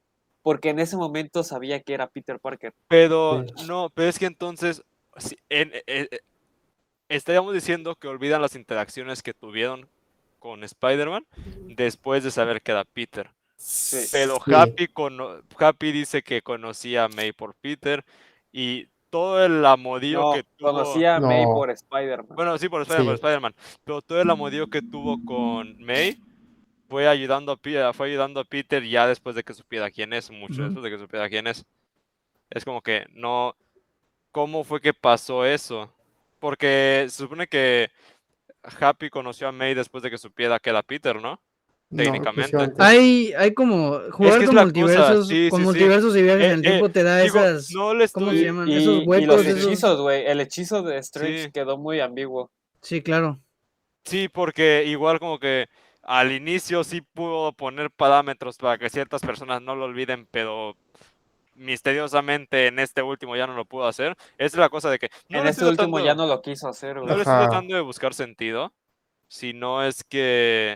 porque en ese momento sabía que era Peter Parker. Pero Sí. no, pero es que entonces si- en- eh, eh, estaríamos diciendo que olvidan las interacciones que tuvieron con Spider-Man después de saber que era Peter. Sí. Pero Sí. Happy, cono- Happy dice que conocía a May por Peter y todo el amorío No, que tuvo. conocía a May No. por Spider-Man. Bueno, sí, por Spider- por Sí. Spider-Man. Pero todo el amorío que tuvo con May fue ayudando a Peter, fue ayudando a Peter ya después de que supiera quién es, mucho Ujú. después de que supiera quién es. Es como que no. ¿Cómo fue que pasó eso? Porque se supone que Happy conoció a May después de que supiera que era Peter, ¿no? No, Técnicamente. exclusivamente. Hay, hay como Es jugar que es con la cosa, multiversos, sí, con sí, sí. multiversos y viajes Eh, en el eh, tiempo te da digo, esas, no le ¿cómo se estoy. llaman? Y, Esos y huecos, los esos. hechizos, güey. El hechizo de Strange Sí. quedó muy ambiguo. Sí, claro. Sí, porque igual como que al inicio sí pudo poner parámetros para que ciertas personas no lo olviden, pero misteriosamente en este último ya no lo pudo hacer. Esa es la cosa de que no En le este estoy último tratando, ya no lo quiso hacer, no güey. le estoy Ajá. tratando de buscar sentido, sino es que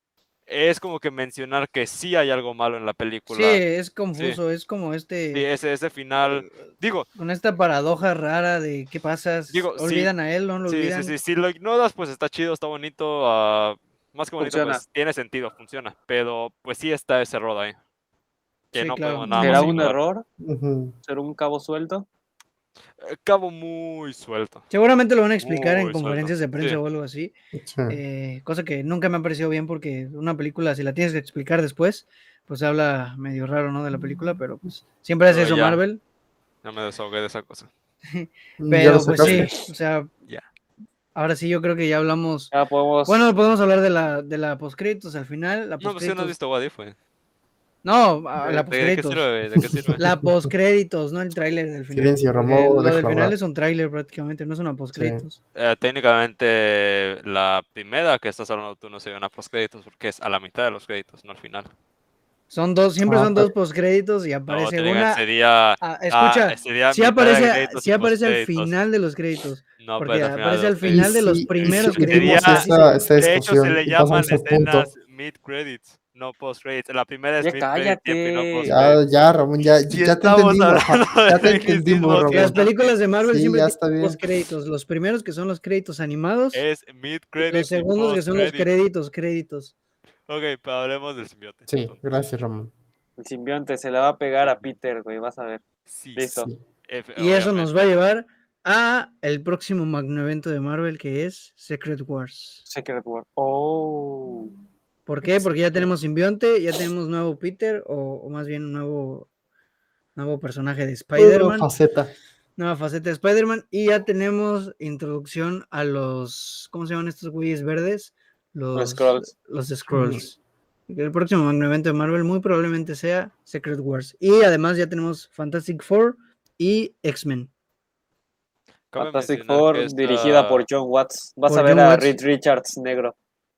es como que mencionar que sí hay algo malo en la Sí, película. es Sí, confuso, es como sí, este, ese, ese final, eh, digo, con esta paradoja rara de qué pasa, digo, sí, olvidan a él, no lo sí, sí, olvidan. sí, si lo ignoras, pues está chido, está bonito, ah, más que bonito, Funciona. pues tiene sentido, funciona, pero pues sí está ese error ahí, que Sí, no claro. podemos nada ¿Será más un ignorar. error? Ujú. ¿Será un cabo suelto? Eh, Cabo muy suelto, Seguramente lo van a explicar en muy suelto. conferencias de Sí, prensa o algo así, Sí. eh, cosa que nunca me ha parecido bien porque una película, si la tienes que explicar después, pues habla medio raro, ¿no? De la película, pero pues siempre hace pero eso ya, Marvel. ya me desahogué de esa cosa. Ya lo Pero pues sí, sacaste. o sea, Ya. ahora sí yo creo que ya hablamos. Ya podemos. Bueno, podemos hablar de la, de la postcréditos al final. La No, pues si no has postcréditos. visto What If, güey. No, a- ¿De, la de qué postcréditos. sirve, güey? ¿De qué sirve? La postcréditos, no el tráiler del final. Silencio, Porque Ramón, lo del déjalo final hablar. es un tráiler prácticamente, no es una Sí. postcréditos. Eh, técnicamente la primera que estás hablando tú no sería una postcréditos porque es a la mitad de los créditos, no al final. Son dos, siempre Ah, son dos pero postcréditos y No, aparece técnicamente una. sería, Ah, ah, escucha, sería sí mitad de aparece, créditos sí y aparece al postcréditos. final de los créditos. No Porque aparece al final de aparece los al final créditos. de los sí, primeros sí, créditos. vimos Sería, Así se esa, llama. esa de hecho, se discusión le y pasamos llaman al punto. escenas mid-credits, no post-credits. La primera es Ya mid-credit tiempo y no cállate. Ya, post-credits. ya, Ramón, ya, Si ya te estamos entendimos, ja- hablando ya de te D C entendimos, no Las tiene Ramón. nada películas que... de Marvel Sí, siempre ya tienen está bien. postcréditos. Los primeros que son los créditos animados Es y los mid-credits y segundos que son los post-credits. créditos, créditos. Ok, pero hablemos del simbionte. Sí, entonces. gracias, Ramón. El simbionte se le va a pegar a Peter, güey. Vas a ver. Sí, Listo. Sí. F- Y eso nos va a obviamente. llevar a el próximo magno evento de Marvel que es Secret Wars. Secret War. Oh. ¿Por qué? Porque ya tenemos simbionte, ya tenemos nuevo Peter o, o más bien un nuevo, nuevo personaje de Una Spider-Man, faceta. nueva faceta de Spider-Man y ya tenemos introducción a los, ¿cómo se llaman estos güeyes verdes? Los Los Skrulls. los Skrulls. El próximo magno evento de Marvel muy probablemente sea Secret Wars. Y además ya tenemos Fantastic Four y X-Men. Cabe Fantastic mencionar Four, que esta- dirigida por John Watts. Vas Por a ver John a Watts. Reed Richards negro.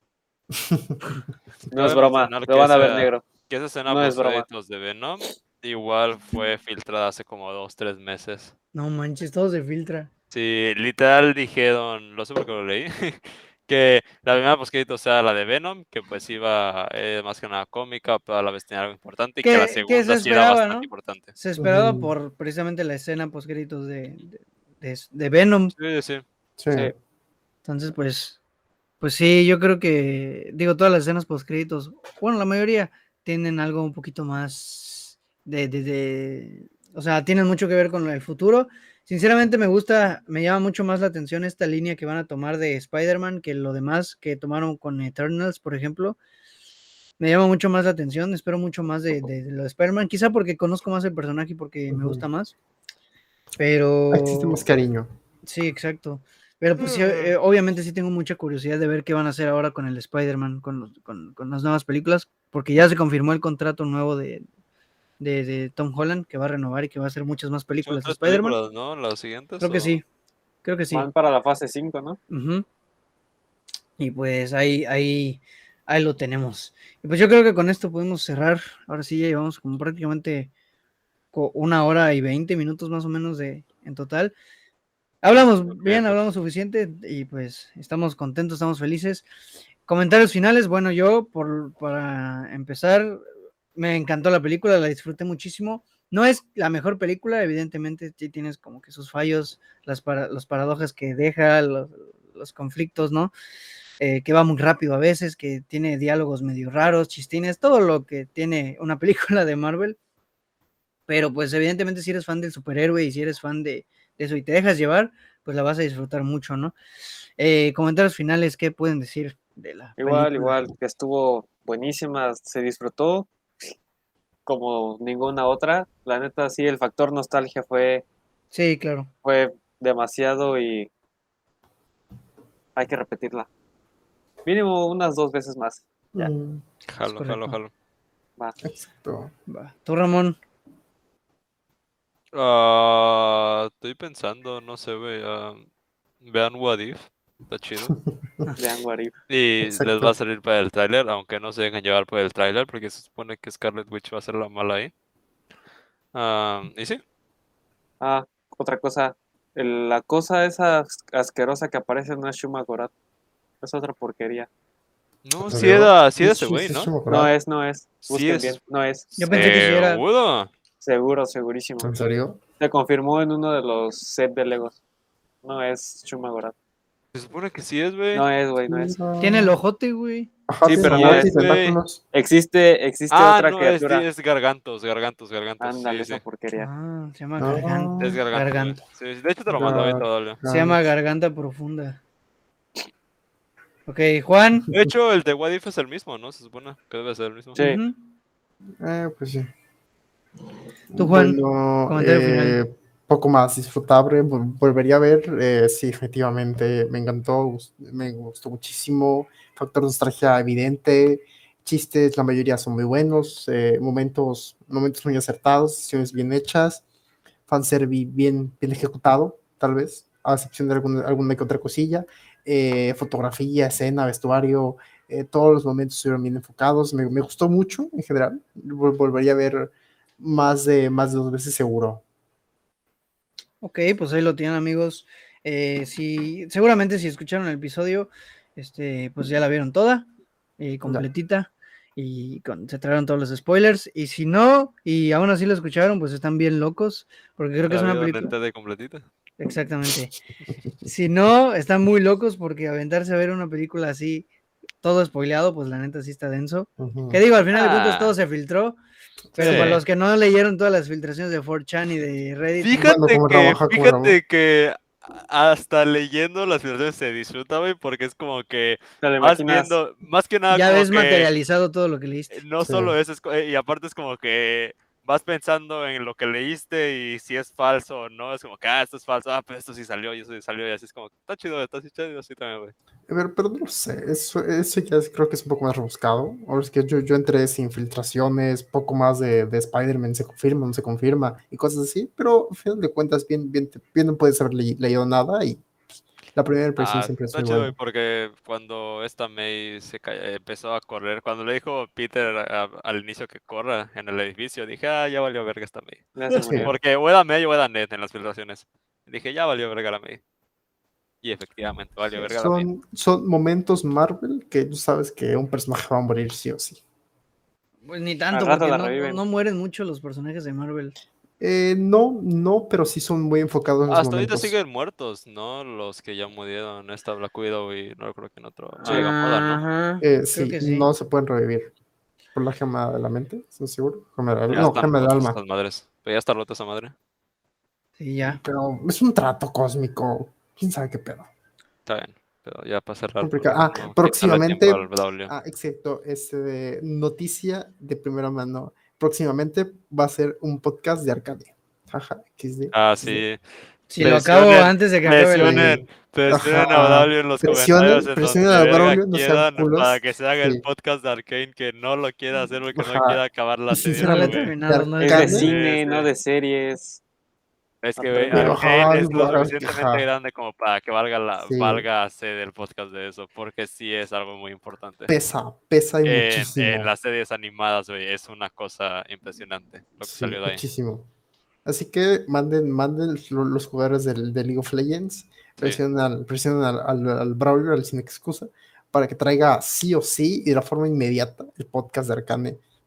No cabe es broma. mencionar Lo que van a ver esa- negro. que esa escena No es post broma. créditos de Venom igual fue filtrada hace como dos, tres meses. No manches, todo se filtra. Sí, literal dijeron, lo sé porque lo leí, que la primera postcrédito sea la de Venom, que pues iba eh, más que nada cómica, pero a la vez tenía algo importante, y que la Que, que se segunda sí era esperaba, bastante ¿no? importante. Se esperaba Ujú. por precisamente la escena post créditos de, de, de- de Venom. Sí, sí. Sí. Sí. Entonces, pues, pues sí, yo creo que, digo, todas las escenas post créditos, bueno, la mayoría tienen algo un poquito más de, de, de- o sea, tienen mucho que ver con el futuro. Sinceramente me gusta, me llama mucho más la atención esta línea que van a tomar de Spider-Man que lo demás que tomaron con Eternals, por ejemplo. Me llama mucho más la atención, espero mucho más de, de- de lo de Spider-Man, quizá porque conozco más el personaje y porque me Ujú. gusta más, pero... Existe más cariño. Sí, exacto. Pero pues sí, eh, obviamente sí tengo mucha curiosidad de ver qué van a hacer ahora con el Spider-Man, con, los- con, con las nuevas películas, porque ya se confirmó el contrato nuevo de, de, de Tom Holland, que va a renovar y que va a hacer muchas más Son películas de tres Spider-Man. películas, ¿no? Las siguientes. Creo que o- sí, creo que sí. Van para la fase cinco, ¿no? Ujú. Y pues ahí, ahí, ahí lo tenemos. Y pues yo creo que con esto podemos cerrar. Ahora sí ya llevamos como prácticamente co- una hora y veinte minutos más o menos de en total. Hablamos Ok, bien, pues. hablamos suficiente y pues estamos contentos, estamos felices. Comentarios finales, bueno, yo por para empezar, me encantó la película, la disfruté muchísimo. No es la mejor película, evidentemente sí tienes como que sus fallos, las para, los paradojas que deja, los, los conflictos, ¿no? Eh, que va muy rápido a veces, que tiene diálogos medio raros, chistines, todo lo que tiene una película de Marvel. Pero pues evidentemente si eres fan del superhéroe y si eres fan de, de eso y te dejas llevar, pues la vas a disfrutar mucho, ¿no? Eh, comentarios finales, ¿qué pueden decir de la Igual, película? igual, que estuvo buenísima, se disfrutó como ninguna otra. La neta, sí, el factor nostalgia fue, Sí, claro. fue demasiado y hay que repetirla. Mínimo unas dos veces más. Ya, Mm, Jalo, correcto. jalo, jalo. va. exacto. Va. ¿Tú, Ramón? Ah, estoy pensando, no sé, güey. ah, vean What If, está chido. Vean What If. Y les Exacto. va a salir para el tráiler, aunque no se dejen llevar por el tráiler, porque se supone que Scarlet Witch va a ser la mala ahí. Ah, y sí, Ah, otra cosa. el- la cosa esa as- asquerosa que aparece no es Shuma Gorath. Es otra porquería. no, ¿En sí serio? era, sí era Sí, ese sí, güey, sí, ¿no? sí me No acordaba. es, no es. Sí Busquen es. bien. No es. Yo pensé que sí era. ¿Seguro? Seguro, segurísimo. ¿En serio? Se confirmó en uno de los sets de Legos. No es Shuma Gorath. Se supone que sí es, güey. No es, güey, no es. Tiene el ojote, güey. Ajá, Sí, tiene pero no bigote y es, güey. tentáculos. Existe, existe Ah, otra no, es, criatura. es Gargantos, Gargantos, Gargantos. Ándale, Sí, esa sí. porquería. Ah, se llama Ah, garganta. Es Gargantos, güey. Garganta. Sí, sí, de hecho te lo mandó ahorita, Dolio. Se llama garganta profunda. Ok, Juan. De hecho, el de What If es el mismo, ¿no? Se supone que debe ser el mismo. Sí. Ujú. Eh, pues sí. Tú, Juan, Bueno, comentario eh, final. poco más disfrutable, vol- volvería a ver, eh, sí, efectivamente, me encantó, gus- me gustó muchísimo, factor de nostalgia evidente, chistes, la mayoría son muy buenos, eh, momentos, momentos muy acertados, decisiones bien hechas, fanservice bien, bien ejecutado, tal vez, a excepción de alguna, alguna que otra cosilla, eh, fotografía, escena, vestuario, eh, todos los momentos estuvieron bien enfocados, me, me gustó mucho en general, vol- volvería a ver más de, más de dos veces seguro. Ok, pues ahí lo tienen, amigos. Eh, si, seguramente si escucharon el episodio, este, pues ya la vieron toda, eh, completita, y con, se trajeron todos los spoilers. Y si no, y aún así lo escucharon, pues están bien locos, porque creo que es La una vida en película. el T D completita. Exactamente. Si no, están muy locos porque aventarse a ver una película así, todo spoileado, pues la neta sí está denso. Ujú. Que digo, al final de cuentas Ah. todo se filtró, pero Sí. para los que no leyeron todas las filtraciones de four chan y de Reddit, Bueno, Fíjate como que, Ramón, ajá, como Ramón. fíjate que hasta leyendo las filtraciones se disfruta, güey, porque es como que Te lo vas imaginas. viendo, más que nada ya como ves que materializado todo lo que eh, leíste. no Sí. solo eso, es co- eh, y aparte es como que vas pensando en lo que leíste y si es falso o no, es como que, ah, esto es falso, ah, pero esto sí salió y eso sí salió, y así es como, está chido, está chido, así también, güey. Pero, pero no sé, eso, eso ya es- creo que es un poco más rebuscado. Ahora es que yo, yo entré sin filtraciones, poco más de, de Spider-Man, se confirma, no se confirma y cosas así, pero al final de cuentas, bien, bien, bien no puedes haber le- leído nada y pues, la primera impresión Ah, siempre es está muy chido, güey, buena. porque cuando esta May se ca- eh, empezó a correr, cuando le dijo Peter a- al inicio que corra en el edificio, dije, ah, ya valió verga esta May. Ya se Sí. murió. Porque o era May o era Ned en las filtraciones. Dije, ya valió verga la May. Y efectivamente, valió verga la May. Son, son momentos Marvel que tú sabes que un personaje va a morir sí o sí. Pues ni tanto, rato porque la no, no, reviven. no mueren mucho los personajes de Marvel. Eh, no, no, pero sí son muy enfocados en los Hasta ahorita momentos. siguen muertos, ¿no? Los que ya murieron. Esta Black Widow y no creo que en otro. Sí. Ah, Gamora, ¿no? Ajá, Eh, creo sí, que sí. no se pueden revivir. Por la gema de la mente, ¿estás seguro? Gema del- Ya no, están gema del rotas alma. esas madres. Pero ya está rota esa madre. Sí, ya. Pero es un trato cósmico. ¿Quién sabe qué pedo? Está bien. Pero ya para cerrar. Complicado. porque Ah, no quitarle próximamente. tiempo al W. Ah, excepto este de noticia de primera mano. Próximamente va a ser un podcast de Arcadia. Jaja, equis de. Ah, equis de. sí. Si lo acabo Presionen- antes de que acabe la... Presionen, presionen a Ajá. W en los Presionen- comentarios en presionen donde a verga Braulio, no sean quieran culos. para que se haga Sí. el podcast de Arcane que no lo quiera hacer porque Ajá. no quiera acabar la Y serie. No le he sinceramente, güey. terminado, no de Es es de Arcane, cine, Sí, no sí. de series. Es que, güey, Pero, Arcane ajá, es lo ajá, suficientemente ajá. grande como para que valga la Sí. valga hacer el podcast de eso, porque sí es algo muy importante. Pesa, pesa y En, muchísimo. en las series animadas, güey, es una cosa impresionante lo que Sí, salió de ahí. muchísimo. Así que manden, manden lo- los jugadores del, de League of Legends, presionen, al, presionen al, al, al Brawler, al Sin Excusa, para que traiga sí o sí y de la forma inmediata el podcast de Arcane.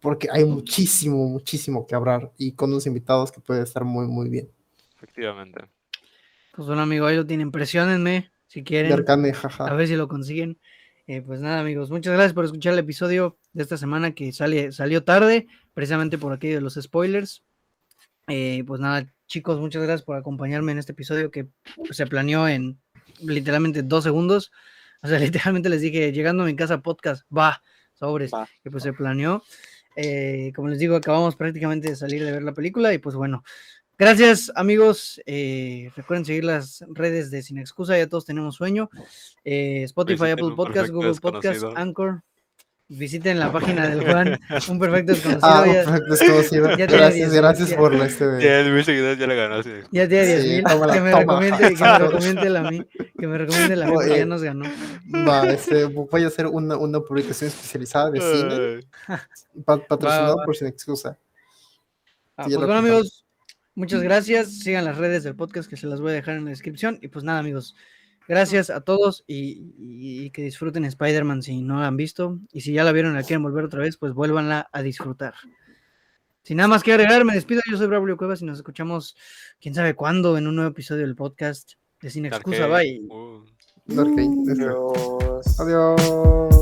porque hay muchísimo, muchísimo que hablar y con unos invitados que puede estar muy, muy bien. Efectivamente. Pues bueno, amigo, ahí lo tienen. Presionenme si De quieren. Arcane, A jaja. ver si lo consiguen. Eh, pues nada, amigos, muchas gracias por escuchar el episodio de esta semana que sale, salió tarde, precisamente por aquello de los spoilers. Eh, pues nada, chicos, muchas gracias por acompañarme en este episodio que pues, se planeó en literalmente dos segundos. O sea, literalmente les dije, llegando a mi casa podcast, va, sobres, Va. que pues se planeó. Eh, como les digo, acabamos prácticamente de salir de ver la película y pues bueno, gracias amigos, eh, recuerden seguir las redes de Sin Excusa, ya todos tenemos sueño, eh, Spotify, Visiten Apple un Podcast, perfecto Google Podcast, desconocido. Anchor, visiten la página del Juan, un perfecto desconocido, Ah, ya, perfecto, desconocido. ya tiene Gracias, diez mil, gracias ya, por este de... diez mil seguidores ya le ganó. Sí. ya tiene diez Sí, mil, tómala, que me toma, recomiende, que me exacto. recomiende a mí, que me recomiende a mí porque Oye, ya nos ganó. Va, este, voy a hacer una, una publicación especializada de cine, Ay, pa- Va, patrocinado va. por Sin Excusa. Ah, Sí, ya pues lo bueno comparto. amigos, muchas gracias, sigan las redes del podcast que se las voy a dejar en la descripción y pues nada amigos, gracias a todos y, y- y que disfruten Spider-Man si no la han visto y si ya la vieron y la quieren volver otra vez, pues vuélvanla a disfrutar. Sin nada más que agregar, me despido, yo soy Braulio Cuevas y nos escuchamos quién sabe cuándo en un nuevo episodio del podcast de Sin Excusa, Darkei. bye. Uh. Ok, este. Dios. Adiós.